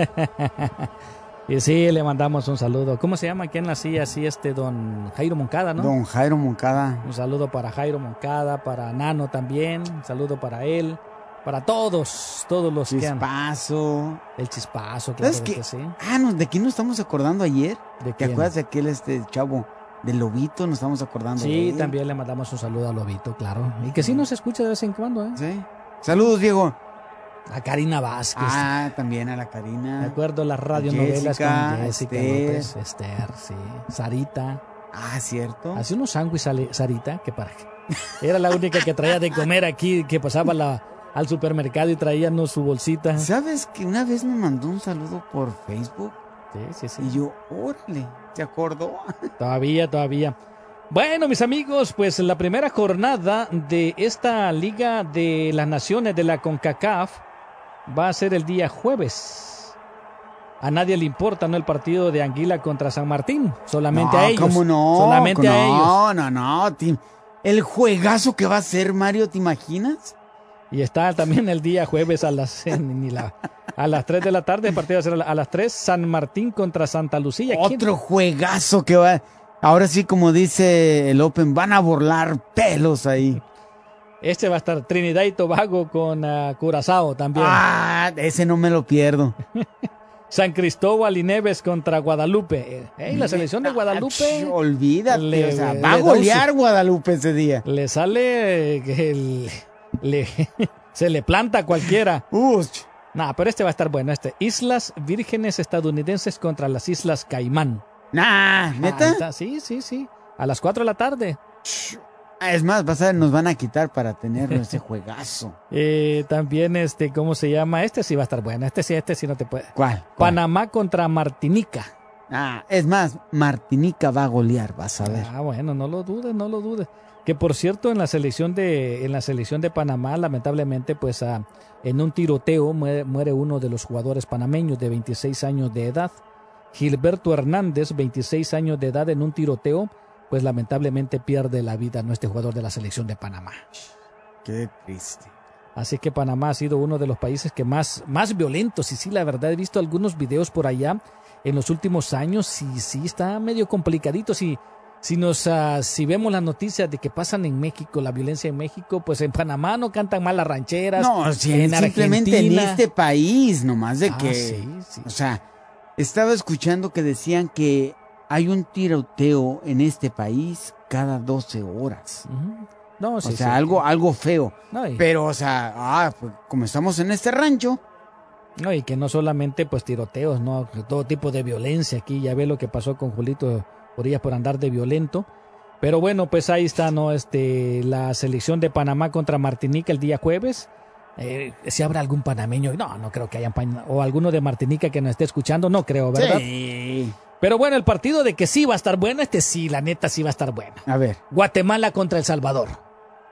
Y sí, le mandamos un saludo. ¿Cómo se llama? ¿Quién la hacía así? Este don Jairo Moncada, ¿no? Don Jairo Moncada. Un saludo para Jairo Moncada, para Nano también. Un saludo para él. Para todos, todos los Chispazo. que han... Chispazo. El Chispazo, claro. ¿Sabes qué? Que sí. Ah, no, ¿de quién nos estamos acordando ayer? ¿De ¿Te quién? acuerdas de aquel este chavo? Del Lobito, nos estamos acordando. Sí, de él. también le mandamos un saludo a Lobito, claro. Y que sí nos escucha de vez en cuando, ¿eh? Sí. Saludos, Diego. A Karina Vázquez. Ah, también a la Karina. Me acuerdo las radionovelas con Jessica Esther. López, Esther, sí. Sarita. Ah, cierto. Hacía unos sándwiches Sarita, que para era la única que traía de comer aquí, que pasaba la, al supermercado y traíanos su bolsita. ¿Sabes que una vez me mandó un saludo por Facebook? Sí, sí, sí. Y yo, órale, ¿te acordó? Todavía, todavía. Bueno, mis amigos, pues la primera jornada de esta Liga de las Naciones de la CONCACAF va a ser el día jueves. A nadie le importa, ¿no? El partido de Anguila contra San Martín. Solamente no, a ellos. ¿Cómo no? Solamente no, a ellos. No, no, no. El juegazo que va a ser, Mario, ¿te imaginas? Y está también el día jueves a las, ni la, a las tres de la tarde. El partido va a ser a las tres. San Martín contra Santa Lucía. Otro ¿Quién? juegazo que va. Ahora sí, como dice el Open, van a burlar pelos ahí. Este va a estar Trinidad y Tobago con uh, Curazao también. Ah, ese no me lo pierdo. San Cristóbal y Neves contra Guadalupe. Hey, la selección de Guadalupe. Ach, olvídate, le, o sea, le va a da golear su, Guadalupe ese día. Le sale el, le, se le planta a cualquiera. Uy. Nah, pero este va a estar bueno. Este, Islas Vírgenes Estadounidenses contra las Islas Caimán. Nah, ¿neta? Ahí está. Sí, sí, sí. A las cuatro de la tarde. Es más, vas a ver, nos van a quitar para tener ese juegazo. Eh, también, este, ¿cómo se llama? Este sí va a estar bueno. Este sí, este sí no te puede. ¿Cuál? ¿Cuál? Panamá contra Martinica. Ah, es más, Martinica va a golear, vas a ver. Ah, bueno, no lo dudes, no lo dudes. Que por cierto, en la selección de, en la selección de Panamá, lamentablemente, pues ah, en un tiroteo muere, muere uno de los jugadores panameños de veintiséis años de edad. Gilberto Hernández, veintiséis años de edad, en un tiroteo, pues lamentablemente pierde la vida, ¿no?, este jugador de la selección de Panamá. Qué triste. Así que Panamá ha sido uno de los países que más, más violentos. Y sí, la verdad, he visto algunos videos por allá en los últimos años. Y sí, está medio complicadito. Si, si, nos, uh, si vemos las noticias de que pasan en México, la violencia en México, pues en Panamá no cantan mal las rancheras. No, si en simplemente Argentina. en este país, nomás de Ah, que... sí, sí. O sea, estaba escuchando que decían que hay un tiroteo en este país cada doce horas. Uh-huh. No, sí, o sea, sí. algo, algo feo. No, y, Pero, o sea, ah, pues, como estamos en este rancho. no, y que no solamente pues tiroteos, no, todo tipo de violencia aquí. Ya ve lo que pasó con Julito Orillas por andar de violento. Pero bueno, pues ahí está, ¿no? Este, la selección de Panamá contra Martinica el día jueves. Eh, si habrá algún panameño, no, no creo que haya, o alguno de Martinica que nos esté escuchando, no creo, ¿verdad? Sí. Pero bueno, el partido de que sí va a estar bueno, este sí, la neta sí va a estar bueno. A ver. Guatemala contra El Salvador.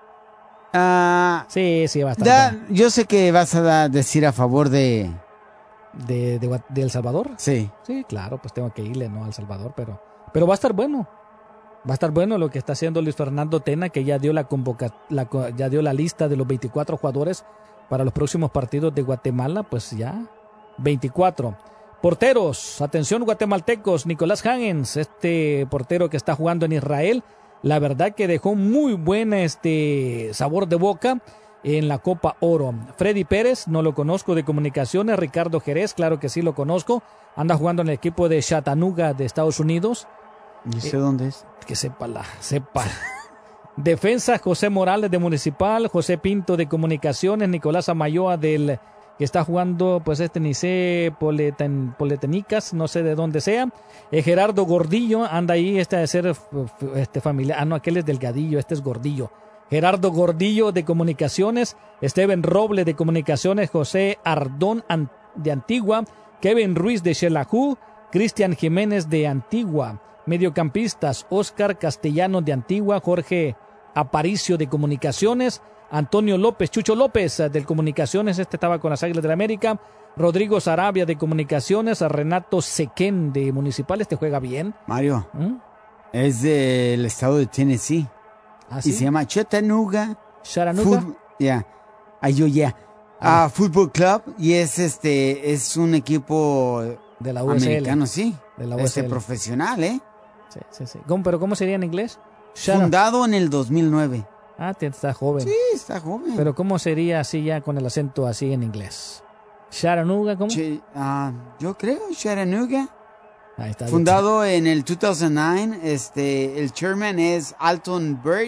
Ah, sí, sí va a estar da, bueno. Yo sé que vas a da, decir a favor de... ¿De, de, de El Salvador? Sí. Sí, claro, pues tengo que irle, ¿no?, al Salvador, pero, pero va a estar bueno. Va a estar bueno lo que está haciendo Luis Fernando Tena, que ya dio la convoca, la, ya dio la lista de los veinticuatro jugadores para los próximos partidos de Guatemala, pues ya veinticuatro. Porteros, atención guatemaltecos, Nicolás Hagens, este portero que está jugando en Israel, la verdad que dejó muy buen este sabor de boca en la Copa Oro. Freddy Pérez, no lo conozco, de Comunicaciones. Ricardo Jerez, claro que sí lo conozco, anda jugando en el equipo de Chattanooga de Estados Unidos. ¿Y sé eh, dónde es? Que sepa la, sepa. Defensa, José Morales de Municipal, José Pinto de Comunicaciones, Nicolás Amayoa del que está jugando, pues este ni sé, Poleten, Poletenicas, no sé de dónde sea. Eh, Gerardo Gordillo, anda ahí, este de ser este familiar, ah no, aquel es Delgadillo, este es Gordillo. Gerardo Gordillo de Comunicaciones, Esteban Roble de Comunicaciones, José Ardón de Antigua, Kevin Ruiz de Xelajú, Cristian Jiménez de Antigua. Mediocampistas, Oscar Castellano de Antigua, Jorge Aparicio de Comunicaciones, Antonio López, Chucho López del Comunicaciones, este estaba con las Águilas de la América, Rodrigo Sarabia de Comunicaciones, Renato Sequén de Municipal, este juega bien. Mario, ¿Mm? es del estado de Tennessee. ¿Ah, sí? Y se llama Chattanooga. Chattanooga. Ya, yeah. Ayú ya. Yeah. Ah. Uh, Football Club, y es este, es un equipo de la U S L. Americano, sí. De la U S L. Este profesional, ¿eh? Sí, sí, sí. ¿Cómo, ¿Pero cómo sería en inglés? Fundado en el dos mil nueve. Ah, está joven. Sí, está joven. Pero ¿cómo sería así ya con el acento así en inglés? Chattanooga, ¿cómo? Ch uh, yo creo, Chattanooga. Ahí está. Fundado en el dos mil nueve, este, el chairman es Alton Bird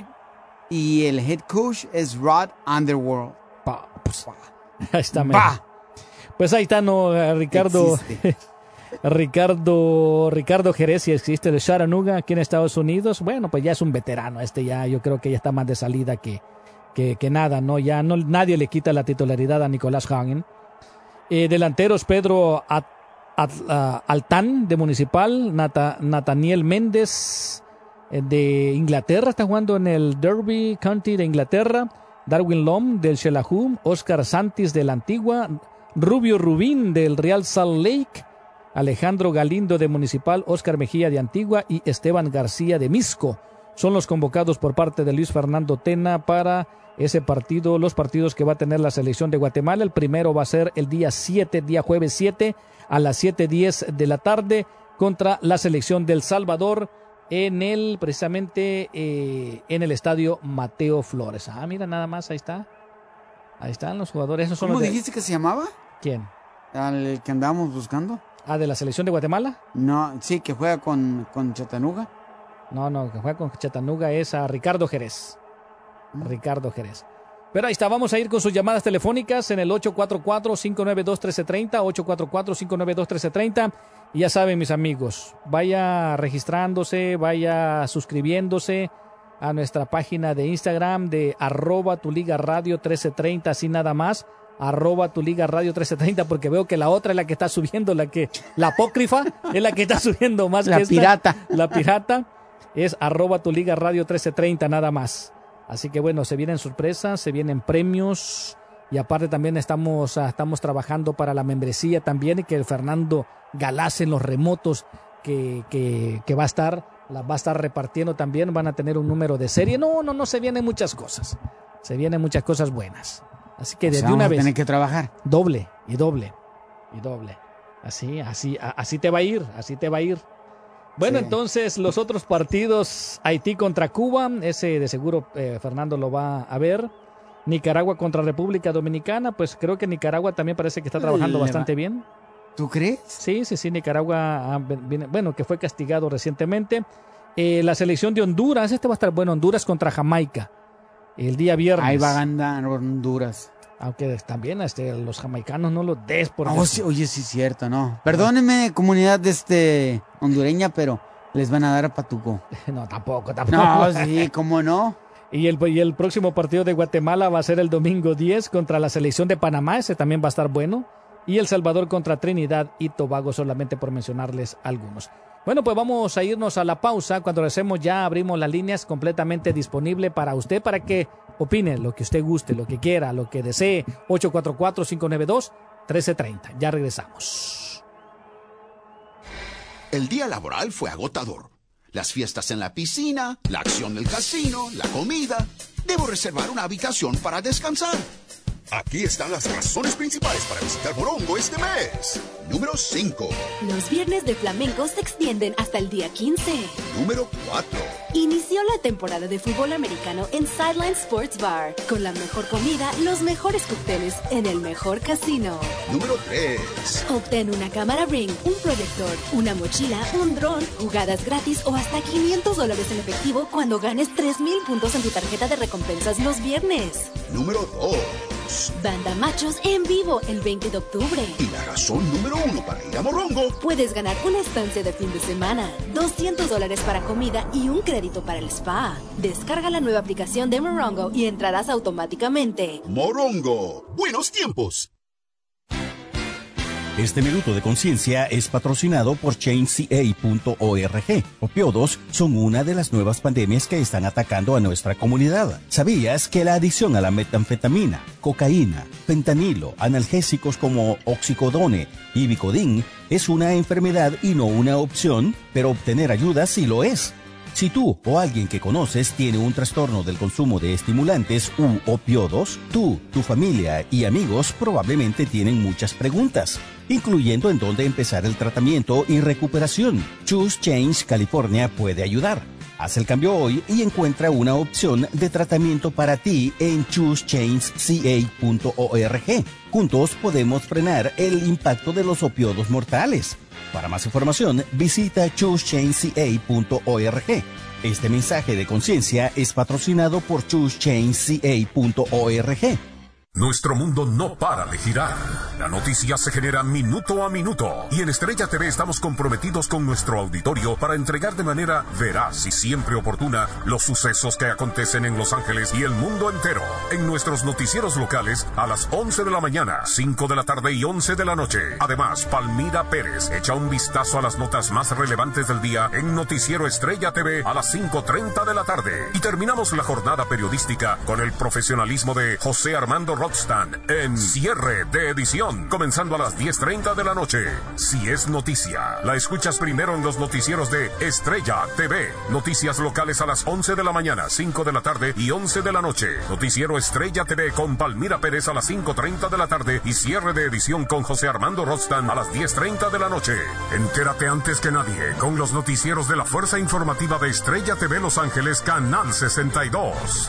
y el head coach es Rod Underworld. Pa, pues, ahí está. Pa. Pues ahí está, no, Ricardo. Ricardo Ricardo Jerez, si existe de Chattanooga aquí en Estados Unidos. Bueno, pues ya es un veterano este, ya yo creo que ya está más de salida que, que, que nada, ¿no? Ya no, nadie le quita la titularidad a Nicolás Hagen. Eh, delanteros, Pedro At, At, uh, Altán de Municipal, Nata, Nathaniel Méndez eh, de Inglaterra, está jugando en el Derby County de Inglaterra, Darwin Lom del Xelajú, Oscar Santis de la Antigua, Rubio Rubín del Real Salt Lake, Alejandro Galindo de Municipal, Oscar Mejía de Antigua y Esteban García de Misco. Son los convocados por parte de Luis Fernando Tena para ese partido, los partidos que va a tener la selección de Guatemala. El primero va a ser el día siete, día jueves siete, a las siete diez de la tarde, contra la selección del Salvador en el, precisamente, eh, en el estadio Mateo Flores. Ah, mira, nada más, ahí está. Ahí están los jugadores. Esos son ¿Cómo los de... dijiste que se llamaba? ¿Quién? Al que andábamos buscando. Ah, ¿de la selección de Guatemala? No, sí, que juega con, con Chattanooga. No, no, que juega con Chattanooga es a Ricardo Jerez. Mm. Ricardo Jerez. Pero ahí está, vamos a ir con sus llamadas telefónicas en el ocho cuatro cuatro, cinco nueve dos, uno tres tres cero, ocho cuatro cuatro, cinco nueve dos, uno tres tres cero. Y ya saben, mis amigos, vaya registrándose, vaya suscribiéndose a nuestra página de Instagram de arroba tu liga radio trece treinta, así nada más, arroba tu liga radio trece treinta, porque veo que la otra es la que está subiendo, la que la apócrifa es la que está subiendo más la que esta. pirata. La pirata es arroba tu liga radio trece treinta nada más. Así que bueno, se vienen sorpresas, se vienen premios y aparte también estamos, uh, estamos trabajando para la membresía también y que el Fernando Galás en los remotos que, que, que va a estar las va a estar repartiendo también, van a tener un número de serie. No, no, no, se vienen muchas cosas. Se vienen muchas cosas buenas. Así que o desde sea, una vamos vez. a tener que trabajar. Doble, y doble, y doble. Así, así, a, así te va a ir, así te va a ir. Bueno, sí. Entonces, los otros partidos, Haití contra Cuba, ese de seguro eh, Fernando lo va a ver. Nicaragua contra República Dominicana, pues creo que Nicaragua también parece que está trabajando bastante bien. ¿Tú crees? Sí, sí, sí, Nicaragua, bueno, que fue castigado recientemente. Eh, la selección de Honduras, este va a estar bueno, Honduras contra Jamaica, el día viernes. Ahí va a ganar Honduras. Aunque también este, los jamaicanos no los des por... Oh, sí, oye, sí es cierto, ¿no? Perdónenme, comunidad de este hondureña, pero les van a dar a Patuco. No, tampoco, tampoco. No, sí, ¿cómo no? Y el, y el próximo partido de Guatemala va a ser el domingo diez contra la selección de Panamá, ese también va a estar bueno. Y El Salvador contra Trinidad y Tobago, solamente por mencionarles algunos. Bueno, pues vamos a irnos a la pausa. Cuando regresemos ya abrimos las líneas completamente disponible para usted, para que opine lo que usted guste, lo que quiera, lo que desee. ocho cuatro cuatro, cinco nueve dos, uno tres tres cero. Ya regresamos. El día laboral fue agotador. Las fiestas en la piscina, la acción del casino, la comida. Debo reservar una habitación para descansar. Aquí están las razones principales para visitar Morongo este mes. Número cinco. Los viernes de flamenco se extienden hasta el día quince. Número cuatro. Inició la temporada de fútbol americano en Sideline Sports Bar, con la mejor comida, los mejores cócteles en el mejor casino. Número tres. Obtén una cámara Ring, un proyector, una mochila, un dron, jugadas gratis o hasta quinientos dólares en efectivo cuando ganes tres mil puntos en tu tarjeta de recompensas los viernes. Número dos. Banda Machos en vivo el veinte de octubre. Y la razón número uno para ir a Morongo. Puedes ganar una estancia de fin de semana, doscientos dólares para comida y un crédito para el spa. Descarga la nueva aplicación de Morongo y entrarás automáticamente. Morongo, buenos tiempos. Este minuto de conciencia es patrocinado por change c a punto org. Opioides son una de las nuevas pandemias que están atacando a nuestra comunidad. ¿Sabías que la adicción a la metanfetamina, cocaína, fentanilo, analgésicos como oxicodone y Vicodin es una enfermedad y no una opción, pero obtener ayuda sí lo es? Si tú o alguien que conoces tiene un trastorno del consumo de estimulantes u opioides, tú, tu familia y amigos probablemente tienen muchas preguntas, incluyendo en dónde empezar el tratamiento y recuperación. Choose Change California puede ayudar. Haz el cambio hoy y encuentra una opción de tratamiento para ti en choose change c a punto org. Juntos podemos frenar el impacto de los opioides mortales. Para más información, visita choose change c a punto org. Este mensaje de conciencia es patrocinado por choose change c a punto org. Nuestro mundo no para de girar. La noticia se genera minuto a minuto. Y en Estrella T V estamos comprometidos con nuestro auditorio para entregar de manera veraz y siempre oportuna los sucesos que acontecen en Los Ángeles y el mundo entero. En nuestros noticieros locales a las once de la mañana, cinco de la tarde y once de la noche. Además, Palmira Pérez echa un vistazo a las notas más relevantes del día en Noticiero Estrella T V a las cinco treinta de la tarde. Y terminamos la jornada periodística con el profesionalismo de José Armando Rothstein en Cierre de Edición, comenzando a las diez treinta de la noche. Si es noticia, la escuchas primero en los noticieros de Estrella T V. Noticias locales a las once de la mañana, cinco de la tarde y once de la noche. Noticiero Estrella T V con Palmira Pérez a las cinco treinta de la tarde y Cierre de Edición con José Armando Rothstein a las diez treinta de la noche. Entérate antes que nadie con los noticieros de la Fuerza Informativa de Estrella T V Los Ángeles, Canal sesenta y dos.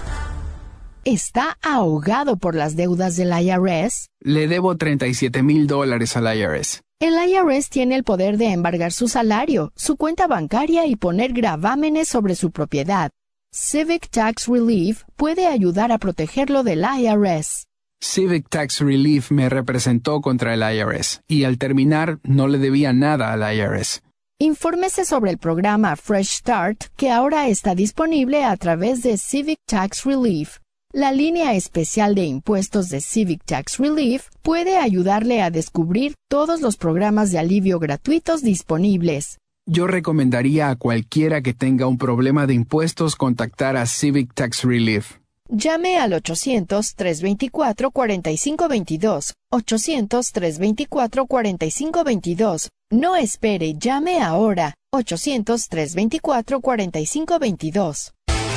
¿Está ahogado por las deudas del I R S? Le debo treinta y siete mil dólares al I R S. El I R S tiene el poder de embargar su salario, su cuenta bancaria y poner gravámenes sobre su propiedad. Civic Tax Relief puede ayudar a protegerlo del I R S. Civic Tax Relief me representó contra el I R S y al terminar no le debía nada al I R S. Infórmese sobre el programa Fresh Start que ahora está disponible a través de Civic Tax Relief. La línea especial de impuestos de Civic Tax Relief puede ayudarle a descubrir todos los programas de alivio gratuitos disponibles. Yo recomendaría a cualquiera que tenga un problema de impuestos contactar a Civic Tax Relief. Llame al ochocientos, trescientos veinticuatro, cuarenta y cinco veintidós. ochocientos, trescientos veinticuatro, cuarenta y cinco veintidós. No espere, llame ahora. ochocientos, trescientos veinticuatro, cuarenta y cinco veintidós.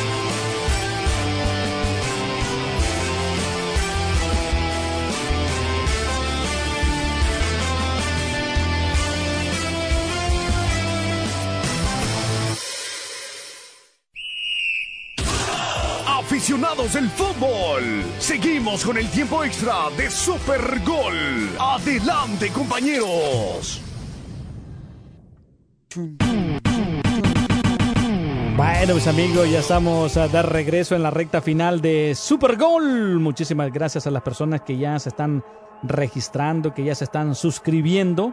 Aficionados del fútbol, seguimos con el tiempo extra de Super Gol. Adelante, compañeros. Bueno, mis amigos, ya estamos a dar regreso en la recta final de Super Gol. Muchísimas gracias a las personas que ya se están registrando, que ya se están suscribiendo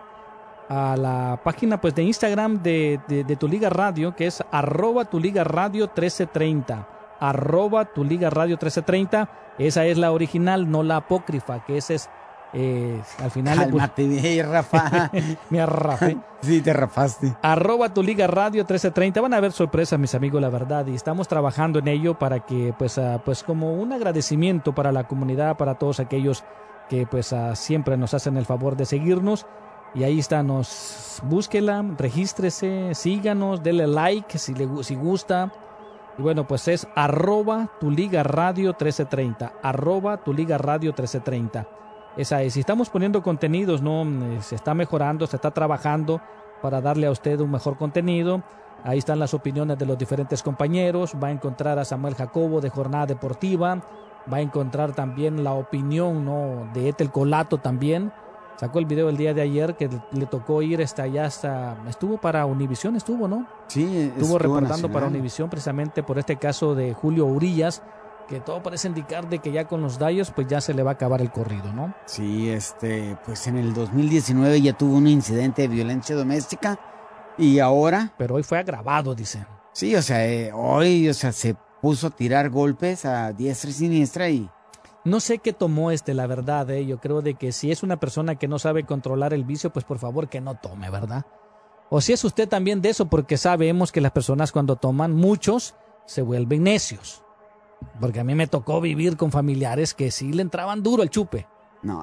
a la página pues de Instagram de, de, de Tu Liga Radio, que es arroba Tu Liga Radio trece treinta. Arroba Tu Liga Radio trece treinta. Esa es la original, no la apócrifa, que esa es eh, al final. Cálmate, pues... Rafa. Me arrafé. Sí, te rafaste. Arroba Tu Liga Radio trece treinta. Van a haber sorpresas, mis amigos, la verdad, y estamos trabajando en ello para que, pues, uh, pues como un agradecimiento para la comunidad, para todos aquellos que, pues, uh, siempre nos hacen el favor de seguirnos. Y ahí está, nos búsquela, regístrese, síganos, dele like si le si gusta. Y bueno, pues es arroba Tu Liga Radio trece treinta, arroba Tu Liga Radio trece treinta. Esa es, si estamos poniendo contenidos, ¿no? Se está mejorando, se está trabajando para darle a usted un mejor contenido. Ahí están las opiniones de los diferentes compañeros. Va a encontrar a Samuel Jacobo de Jornada Deportiva. Va a encontrar también la opinión, ¿no?, de Ethel Colato también. Sacó el video el día de ayer que le tocó ir hasta allá, hasta, estuvo para Univisión, estuvo, ¿no? Sí, estuvo, estuvo reportando nacional para Univisión precisamente por este caso de Julio Urías, que todo parece indicar de que ya con los Dodgers pues ya se le va a acabar el corrido, ¿no? Sí, este, pues en el dos mil diecinueve ya tuvo un incidente de violencia doméstica y ahora... Pero hoy fue agravado, dicen. Sí, o sea, eh, hoy, o sea, se puso a tirar golpes a diestra y siniestra y... No sé qué tomó este, la verdad, eh. Yo creo de que si es una persona que no sabe controlar el vicio, pues por favor que no tome, ¿verdad? O si es usted también de eso, porque sabemos que las personas cuando toman, muchos se vuelven necios. Porque a mí me tocó vivir con familiares que sí le entraban duro el chupe. No,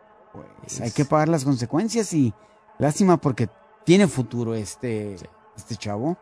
pues hay que pagar las consecuencias y lástima porque tiene futuro este, sí. este chavo.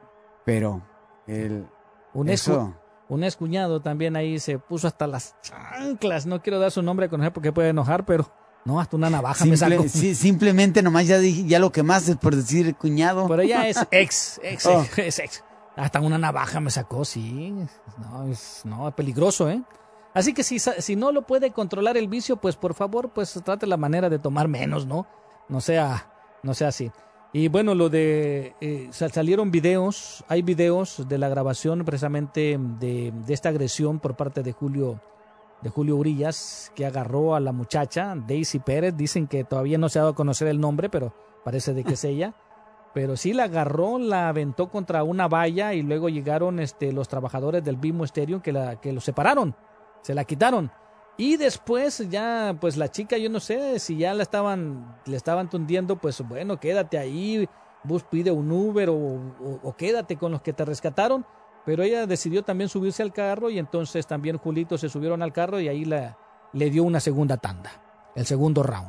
Pero el... Un eso... Un excuñado también ahí se puso hasta las chanclas. No quiero dar su nombre a conocer porque puede enojar, pero no, hasta una navaja Simple, me sacó. Sí, simplemente nomás ya dije, ya lo que más es por decir cuñado. Pero ya es ex, ex, oh. ex, ex, ex. Hasta una navaja me sacó, sí. No, es, no, es peligroso, ¿eh? Así que si, si no lo puede controlar el vicio, pues por favor, pues trate la manera de tomar menos, ¿no? No sea, no sea así. Y bueno, lo de eh, salieron videos, hay videos de la grabación precisamente de, de esta agresión por parte de Julio, de Julio Urías, que agarró a la muchacha, Daisy Pérez. Dicen que todavía no se ha dado a conocer el nombre, pero parece de que es ella. Pero sí la agarró, la aventó contra una valla y luego llegaron este, los trabajadores del Bimo Stereo que, la, que lo separaron, se la quitaron. Y después ya, pues la chica, yo no sé si ya la estaban, le estaban tundiendo, pues bueno, quédate ahí, bus pide un Uber o, o, o quédate con los que te rescataron. Pero ella decidió también subirse al carro y entonces también Julito se subieron al carro y ahí la, le dio una segunda tanda, el segundo round.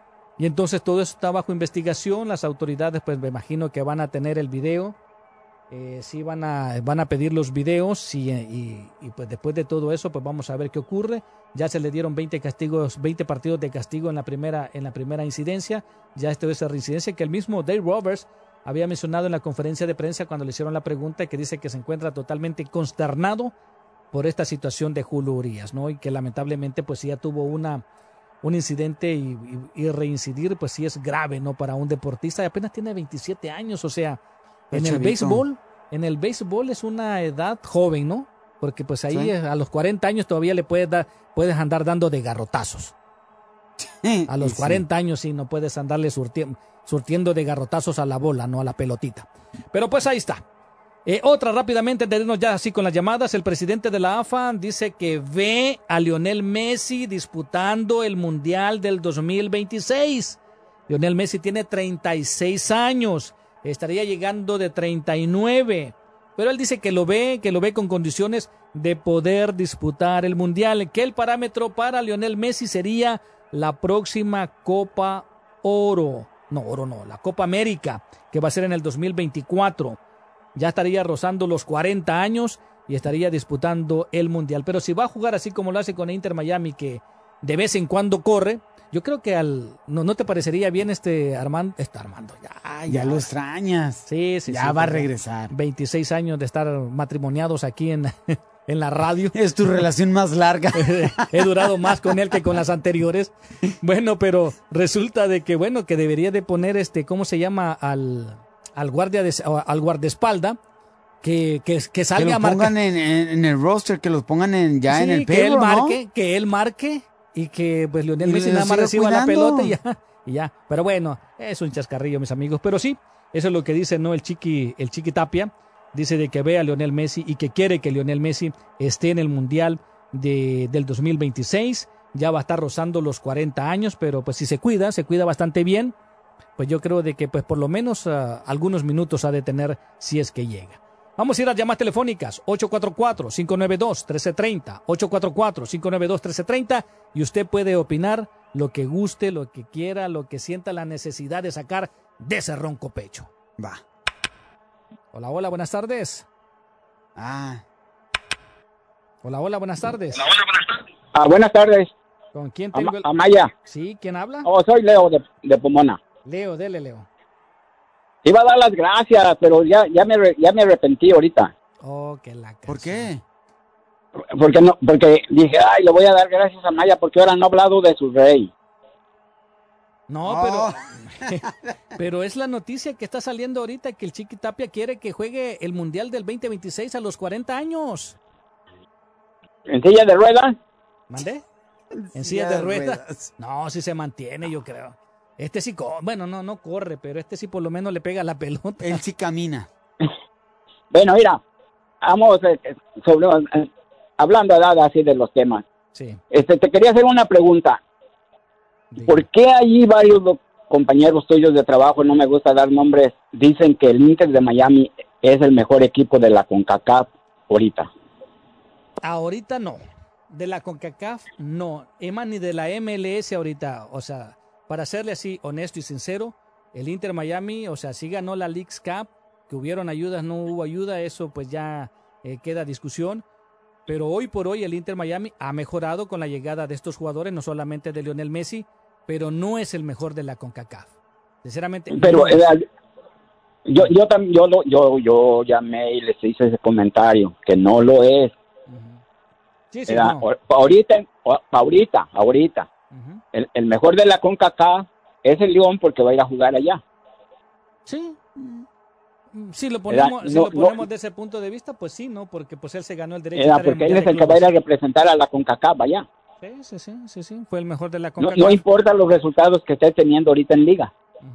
Y entonces todo eso está bajo investigación, las autoridades pues me imagino que van a tener el video. Eh, sí van a, van a pedir los videos y, y, y pues después de todo eso pues vamos a ver qué ocurre. Ya se le dieron veinte castigos, veinte partidos de castigo en la primera, en la primera incidencia. Ya esto es esa reincidencia que el mismo Dave Roberts había mencionado en la conferencia de prensa cuando le hicieron la pregunta, que dice que se encuentra totalmente consternado por esta situación de Julio Urías, ¿no? Y que lamentablemente pues ya tuvo una, un incidente y, y, y reincidir pues sí es grave, ¿no? Para un deportista y apenas tiene veintisiete años, o sea, en el béisbol, en el béisbol es una edad joven, ¿no? Porque pues ahí Sí. a los cuarenta años todavía le puedes dar, puedes andar dando de garrotazos. A los Y sí. cuarenta años sí no puedes andarle surti- surtiendo de garrotazos a la bola, no a la pelotita. Pero pues ahí está. Eh, otra rápidamente, antes de irnos ya así con las llamadas, el presidente de la A F A dice que ve a Lionel Messi disputando el Mundial del dos mil veintiséis. Lionel Messi tiene treinta y seis años, estaría llegando de treinta y nueve, pero él dice que lo ve, que lo ve con condiciones de poder disputar el Mundial, que el parámetro para Lionel Messi sería la próxima Copa Oro, no, Oro no, la Copa América, que va a ser en el dos mil veinticuatro. Ya estaría rozando los cuarenta años y estaría disputando el Mundial. Pero si va a jugar así como lo hace con Inter Miami, que de vez en cuando corre, yo creo que al no, no te parecería bien este Armando, este Armando, ya, Ya lo extrañas. Sí, sí, Ya sí, va a pues, regresar. veintiséis años de estar matrimoniados aquí en, en la radio. Es tu relación más larga. He durado más con él que con las anteriores. Bueno, pero resulta de que, bueno, que debería de poner este, ¿cómo se llama? Al, al guardia de, al guardaespalda, que, que, que Que salga los a marcar. pongan en, en- en el roster, que los pongan en, ya Sí, en el que él payroll, ¿no? marque, que él marque y que pues Lionel Y Messi lo nada más siga reciba la cuidando. pelota y ya, y ya. Pero bueno, es un chascarrillo, mis amigos. Pero sí, eso es lo que dice, ¿no? El Chiqui, el Chiqui Tapia dice de que ve a Lionel Messi y que quiere que Lionel Messi esté en el Mundial de, del dos mil veintiséis. Ya va a estar rozando los cuarenta años, pero pues si se cuida, se cuida bastante bien, pues yo creo de que pues por lo menos uh, algunos minutos ha de tener si es que llega. Vamos a ir a llamadas telefónicas, ocho cuatro cuatro, cinco nueve dos, uno tres tres cero, ocho cuatro cuatro, cinco nueve dos, uno tres tres cero, y usted puede opinar lo que guste, lo que quiera, lo que sienta la necesidad de sacar de ese ronco pecho. Va. Hola, hola, buenas tardes. Ah. Hola, hola, buenas tardes. Ah, buenas tardes. ¿Con quién tengo el...? Amaya. Sí, ¿quién habla? Oh, soy Leo de, de Pomona. Leo, dele, Leo. Te iba a dar las gracias, pero ya ya me re- ya me arrepentí ahorita. Oh, que la ¿Por qué? Porque no porque dije, ay, le voy a dar gracias a Maya porque ahora no ha hablado de su rey. No, Oh. pero, pero es la noticia que está saliendo ahorita que el Chiqui Tapia quiere que juegue el Mundial del veinte veintiséis a los cuarenta años. ¿En silla de ruedas? ¿Mandé? En silla de ruedas. No, si se mantiene, yo creo. Este sí, co- bueno, no, no corre, pero este sí por lo menos le pega la pelota. Él sí camina. Bueno, mira, vamos eh, sobre eh, hablando ¿verdad? así de los temas. Sí. Este, te quería hacer una pregunta. ¿Por qué allí varios do- compañeros tuyos de trabajo, no me gusta dar nombres, dicen que el Inter de Miami es el mejor equipo de la CONCACAF ahorita? Ahorita no. De la CONCACAF, no. Emma ni de la M L S ahorita. O sea, para serle así honesto y sincero, el Inter Miami, o sea, sí ganó la Leagues Cup, que hubieron ayudas, no hubo ayuda, eso pues ya eh, queda discusión. Pero hoy por hoy el Inter Miami ha mejorado con la llegada de estos jugadores, no solamente de Lionel Messi, pero no es el mejor de la CONCACAF. Sinceramente. Pero no es. eh, yo yo también yo lo- yo yo llamé y les hice ese comentario que no lo es. Sí, sí, Era, no. o- ahorita o- ahorita ahorita el, el mejor de la CONCACAF es el León porque va a ir a jugar allá. Sí. Si lo ponemos, Era- si no- lo ponemos no- de ese punto de vista, pues sí, ¿no? Porque pues él se ganó el derecho Era a estar en porque él Mundial es el de que va a ir a Clubes. representar a la CONCACAF allá. Sí, sí, sí, sí, sí, fue el mejor de la No, CONCACAF. no importa los resultados que esté teniendo ahorita en liga.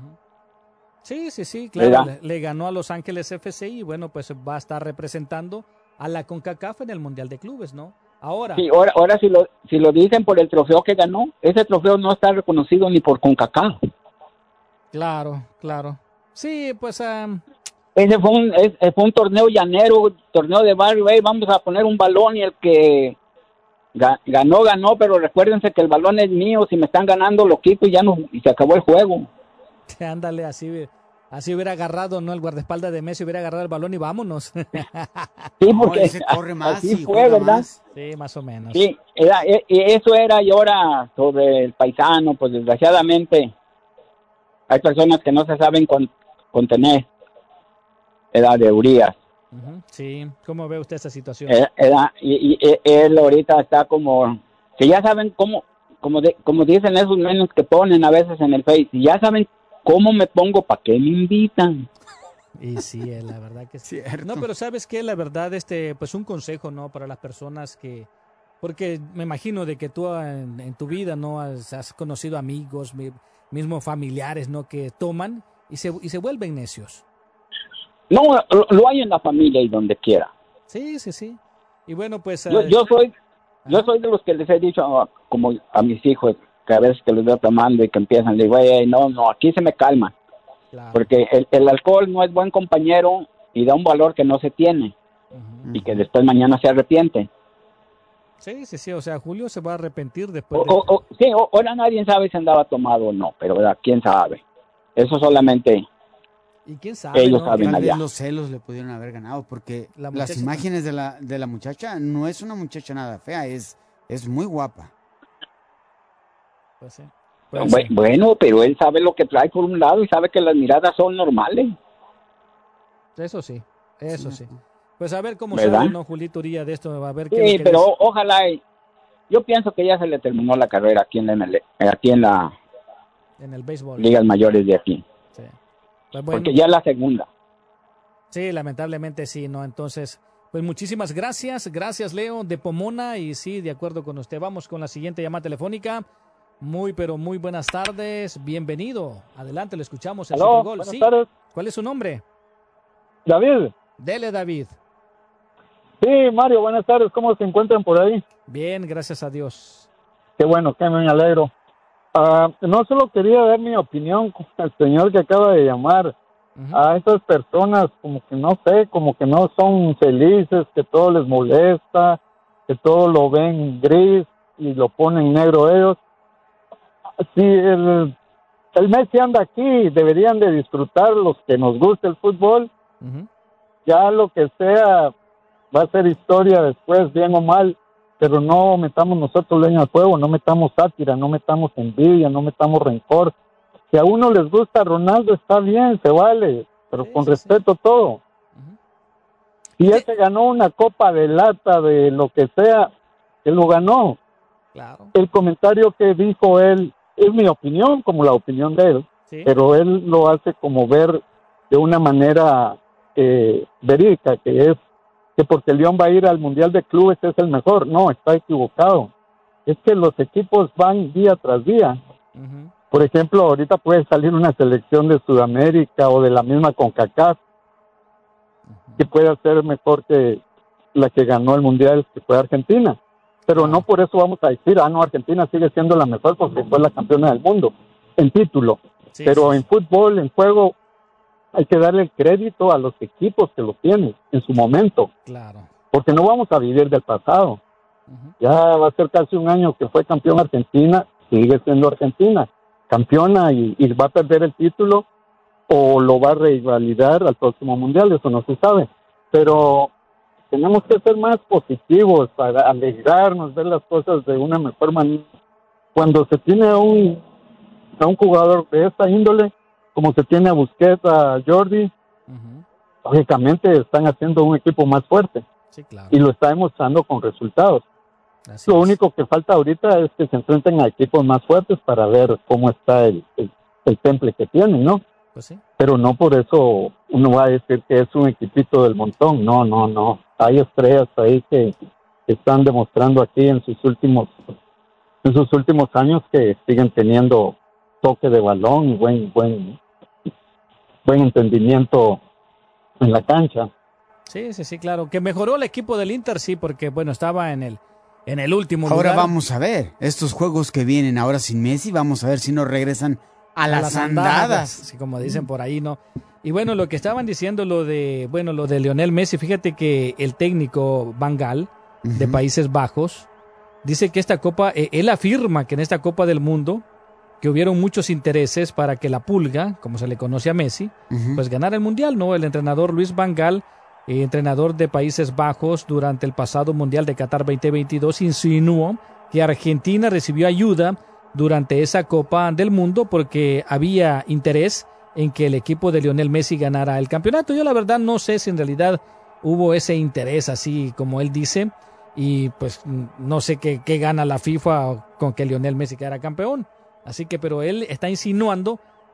Sí, sí, sí, claro, ¿Verdad? le, le ganó a Los Ángeles F C y bueno, pues va a estar representando a la CONCACAF en el Mundial de Clubes, ¿no? Ahora, Sí, ahora, ahora si lo si lo dicen por el trofeo que ganó, ese trofeo no está reconocido ni por CONCACAF. claro, claro. Sí, pues am, Ese fue un es- fue un torneo llanero, torneo de barrio, hey, vamos a poner un balón y el que ga- ganó ganó, pero recuérdense que el balón es mío, si me están ganando lo quito y ya no y se acabó el juego. ándale, así, así hubiera agarrado, ¿no? El guardaespaldas de Messi hubiera agarrado el balón y vámonos. Sí, porque ese corre más así y fue, juega ¿verdad? más. Sí, más o menos. Sí, era, e- e- eso era y ahora sobre el paisano, pues desgraciadamente hay personas que no se saben con- contener, edad de Urias. Ujú, sí, ¿cómo ve usted esa situación? Era- era- y, y- y él ahorita está como, que ya saben cómo, como, de- como dicen esos memes que ponen a veces en el Face, y ya saben cómo me pongo, ¿para qué me invitan? Y sí, eh, la verdad que sí. Cierto. No, pero ¿sabes qué? La verdad, este, pues un consejo, ¿no? Para las personas que... Porque me imagino de que tú en, en tu vida, ¿no? Has, has conocido amigos, mi, mismos familiares, ¿no? Que toman y se, y se vuelven necios. No, lo, lo hay en la familia y donde quiera. Sí, sí, sí. Y bueno, pues... Yo, uh, yo soy yo soy de los que les he dicho, uh, como a mis hijos, que a veces que los veo tomando y que empiezan, le digo, hey, no, no, aquí se me calma. Claro. Porque el, el alcohol no es buen compañero y da un valor que no se tiene. Uh-huh. Y que después mañana se arrepiente. Sí, sí, sí, o sea, Julio se va a arrepentir después. O, de... o, o, sí, o, ahora nadie sabe si andaba tomado o no, pero ¿verdad? ¿Quién sabe? Eso solamente ¿Y quién sabe, ellos no? saben Tal allá. vez los celos le pudieron haber ganado, porque La las muchacha- imágenes de la, de la muchacha no es una muchacha nada fea, es, es muy guapa. Pues sí. Bu- Bueno, pero él sabe lo que trae por un lado y sabe que las miradas son normales. Eso sí, eso sí. Pues a ver cómo ¿Verdad? sale, ¿no, Julito Uría, de esto? A ver qué Sí, es lo que pero dice. o- ojalá, y- yo pienso que ya se le terminó la carrera aquí en la, M L aquí en la En el béisbol. ligas mayores de aquí. Sí. Pues bueno, Porque ya es la segunda. sí, lamentablemente sí, ¿no? Entonces, pues muchísimas gracias. Gracias, Leo, de Pomona. Y sí, de acuerdo con usted. Vamos con la siguiente llamada telefónica. Muy, pero muy buenas tardes. Bienvenido. Adelante, lo escuchamos en Aló, Super Gol. buenas Sí. tardes. ¿Cuál es su nombre? David. Dele, David. Sí, Mario, buenas tardes. ¿Cómo se encuentran por ahí? Bien, gracias a Dios. Qué bueno, que me alegro. Ah, no solo quería dar mi opinión con el señor que acaba de llamar. A esas personas como que no sé, como que no son felices, que todo les molesta, que todo lo ven gris y lo ponen negro ellos. Si el, el Messi anda aquí, deberían de disfrutar los que nos gusta el fútbol. Uh-huh. Ya lo que sea va a ser historia después, bien o mal, pero no metamos nosotros leña al fuego, no metamos sátira, no metamos envidia, no metamos rencor. Si a uno les gusta Ronaldo, está bien, se vale, pero con respeto todo. Uh-huh. Si él se ganó una copa de lata, de lo que sea, él lo ganó. Claro. El comentario que dijo él es mi opinión, como la opinión de él, sí. Pero él lo hace como ver de una manera eh, verídica, que es que porque el León va a ir al Mundial de Clubes es el mejor. No, está equivocado. Es que los equipos van día tras día. Uh-huh. Por ejemplo, ahorita puede salir una selección de Sudamérica o de la misma CONCACAF uh-huh. que pueda ser mejor que la que ganó el Mundial, que fue Argentina. Pero uh-huh. no por eso vamos a decir, ah, no, Argentina sigue siendo la mejor porque fue la campeona del mundo en título. Sí, Pero sí. en fútbol, en juego, hay que darle el crédito a los equipos que lo tienen en su momento. Claro. Porque no vamos a vivir del pasado. Uh-huh. Ya va a ser casi un año que fue campeón Argentina, sigue siendo Argentina, campeona y, y va a perder el título o lo va a revalidar al próximo mundial, eso no se sabe. Pero tenemos que ser más positivos para alegrarnos, ver las cosas de una mejor manera. Cuando se tiene a un, a un jugador de esta índole, como se tiene a Busquets, a Jordi, uh-huh. lógicamente están haciendo un equipo más fuerte. Sí, claro. Y lo está demostrando con resultados. Así lo es. único que falta ahorita es que se enfrenten a equipos más fuertes para ver cómo está el, el, el temple que tienen, ¿no? Pues sí. Pero no por eso uno va a decir que es un equipito del montón. No, no, no. Hay estrellas ahí que, que están demostrando aquí en sus últimos en sus últimos años que siguen teniendo toque de balón y buen buen buen entendimiento en la cancha. Sí, sí, sí, claro. Que mejoró el equipo del Inter, sí, porque, bueno, estaba en el en el último ahora lugar. Vamos a ver, estos juegos que vienen ahora sin Messi, vamos a ver si nos regresan a, a las, las andadas. andadas. Sí, como dicen por ahí, ¿no? Y bueno, lo que estaban diciendo, lo de, bueno, lo de Lionel Messi, fíjate que el técnico Van Gaal, uh-huh. de Países Bajos, dice que esta copa, eh, él afirma que en esta Copa del Mundo, que hubieron muchos intereses para que la Pulga, como se le conoce a Messi, uh-huh. pues ganara el Mundial, ¿no? El entrenador Luis Van Gaal, eh, entrenador de Países Bajos durante el pasado Mundial de Qatar veinte veintidós, insinuó que Argentina recibió ayuda durante esa Copa del Mundo porque había interés en que el equipo de Lionel Messi ganara el campeonato. Yo la verdad no sé si en realidad hubo ese interés así como él dice, y pues no sé qué, qué gana la FIFA con que Lionel Messi quedara campeón. Así que, pero él está insinuando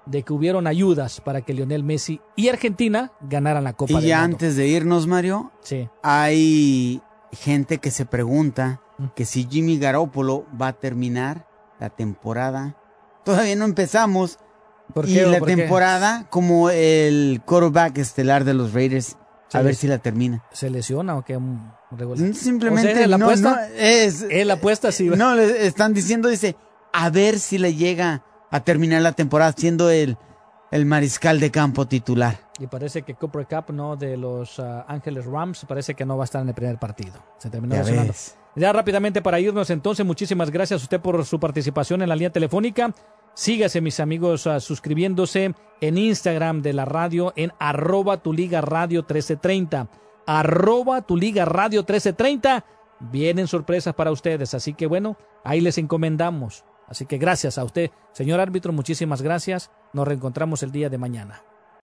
de que hubieron ayudas para que Lionel Messi y Argentina ganaran la Copa y del ya Mundo. antes de irnos, Mario, sí. hay gente que se pregunta que si Jimmy Garoppolo va a terminar la temporada. Todavía no empezamos. ¿Por y qué, la por qué? temporada como el quarterback estelar de los Raiders. A Se ver les- si la termina. ¿Se lesiona o qué? Un regular. Simplemente O sea, ¿la no, apuesta? no, es, ¿Es la apuesta? Sí. no, le están diciendo, dice, a ver si le llega a terminar la temporada siendo el, el mariscal de campo titular. Y parece que Cooper Cup, ¿no? De los uh, Ángeles Rams, parece que no va a estar en el primer partido. Se terminó Ya lesionando. ves. Ya rápidamente para irnos entonces, muchísimas gracias a usted por su participación en la línea telefónica. Sígase, mis amigos, uh, suscribiéndose en Instagram de la radio en arroba tu liga radio trece treinta. Arroba tu liga radio trece treinta. Vienen sorpresas para ustedes, así que bueno, ahí les encomendamos. Así que gracias a usted, señor árbitro, muchísimas gracias. Nos reencontramos el día de mañana.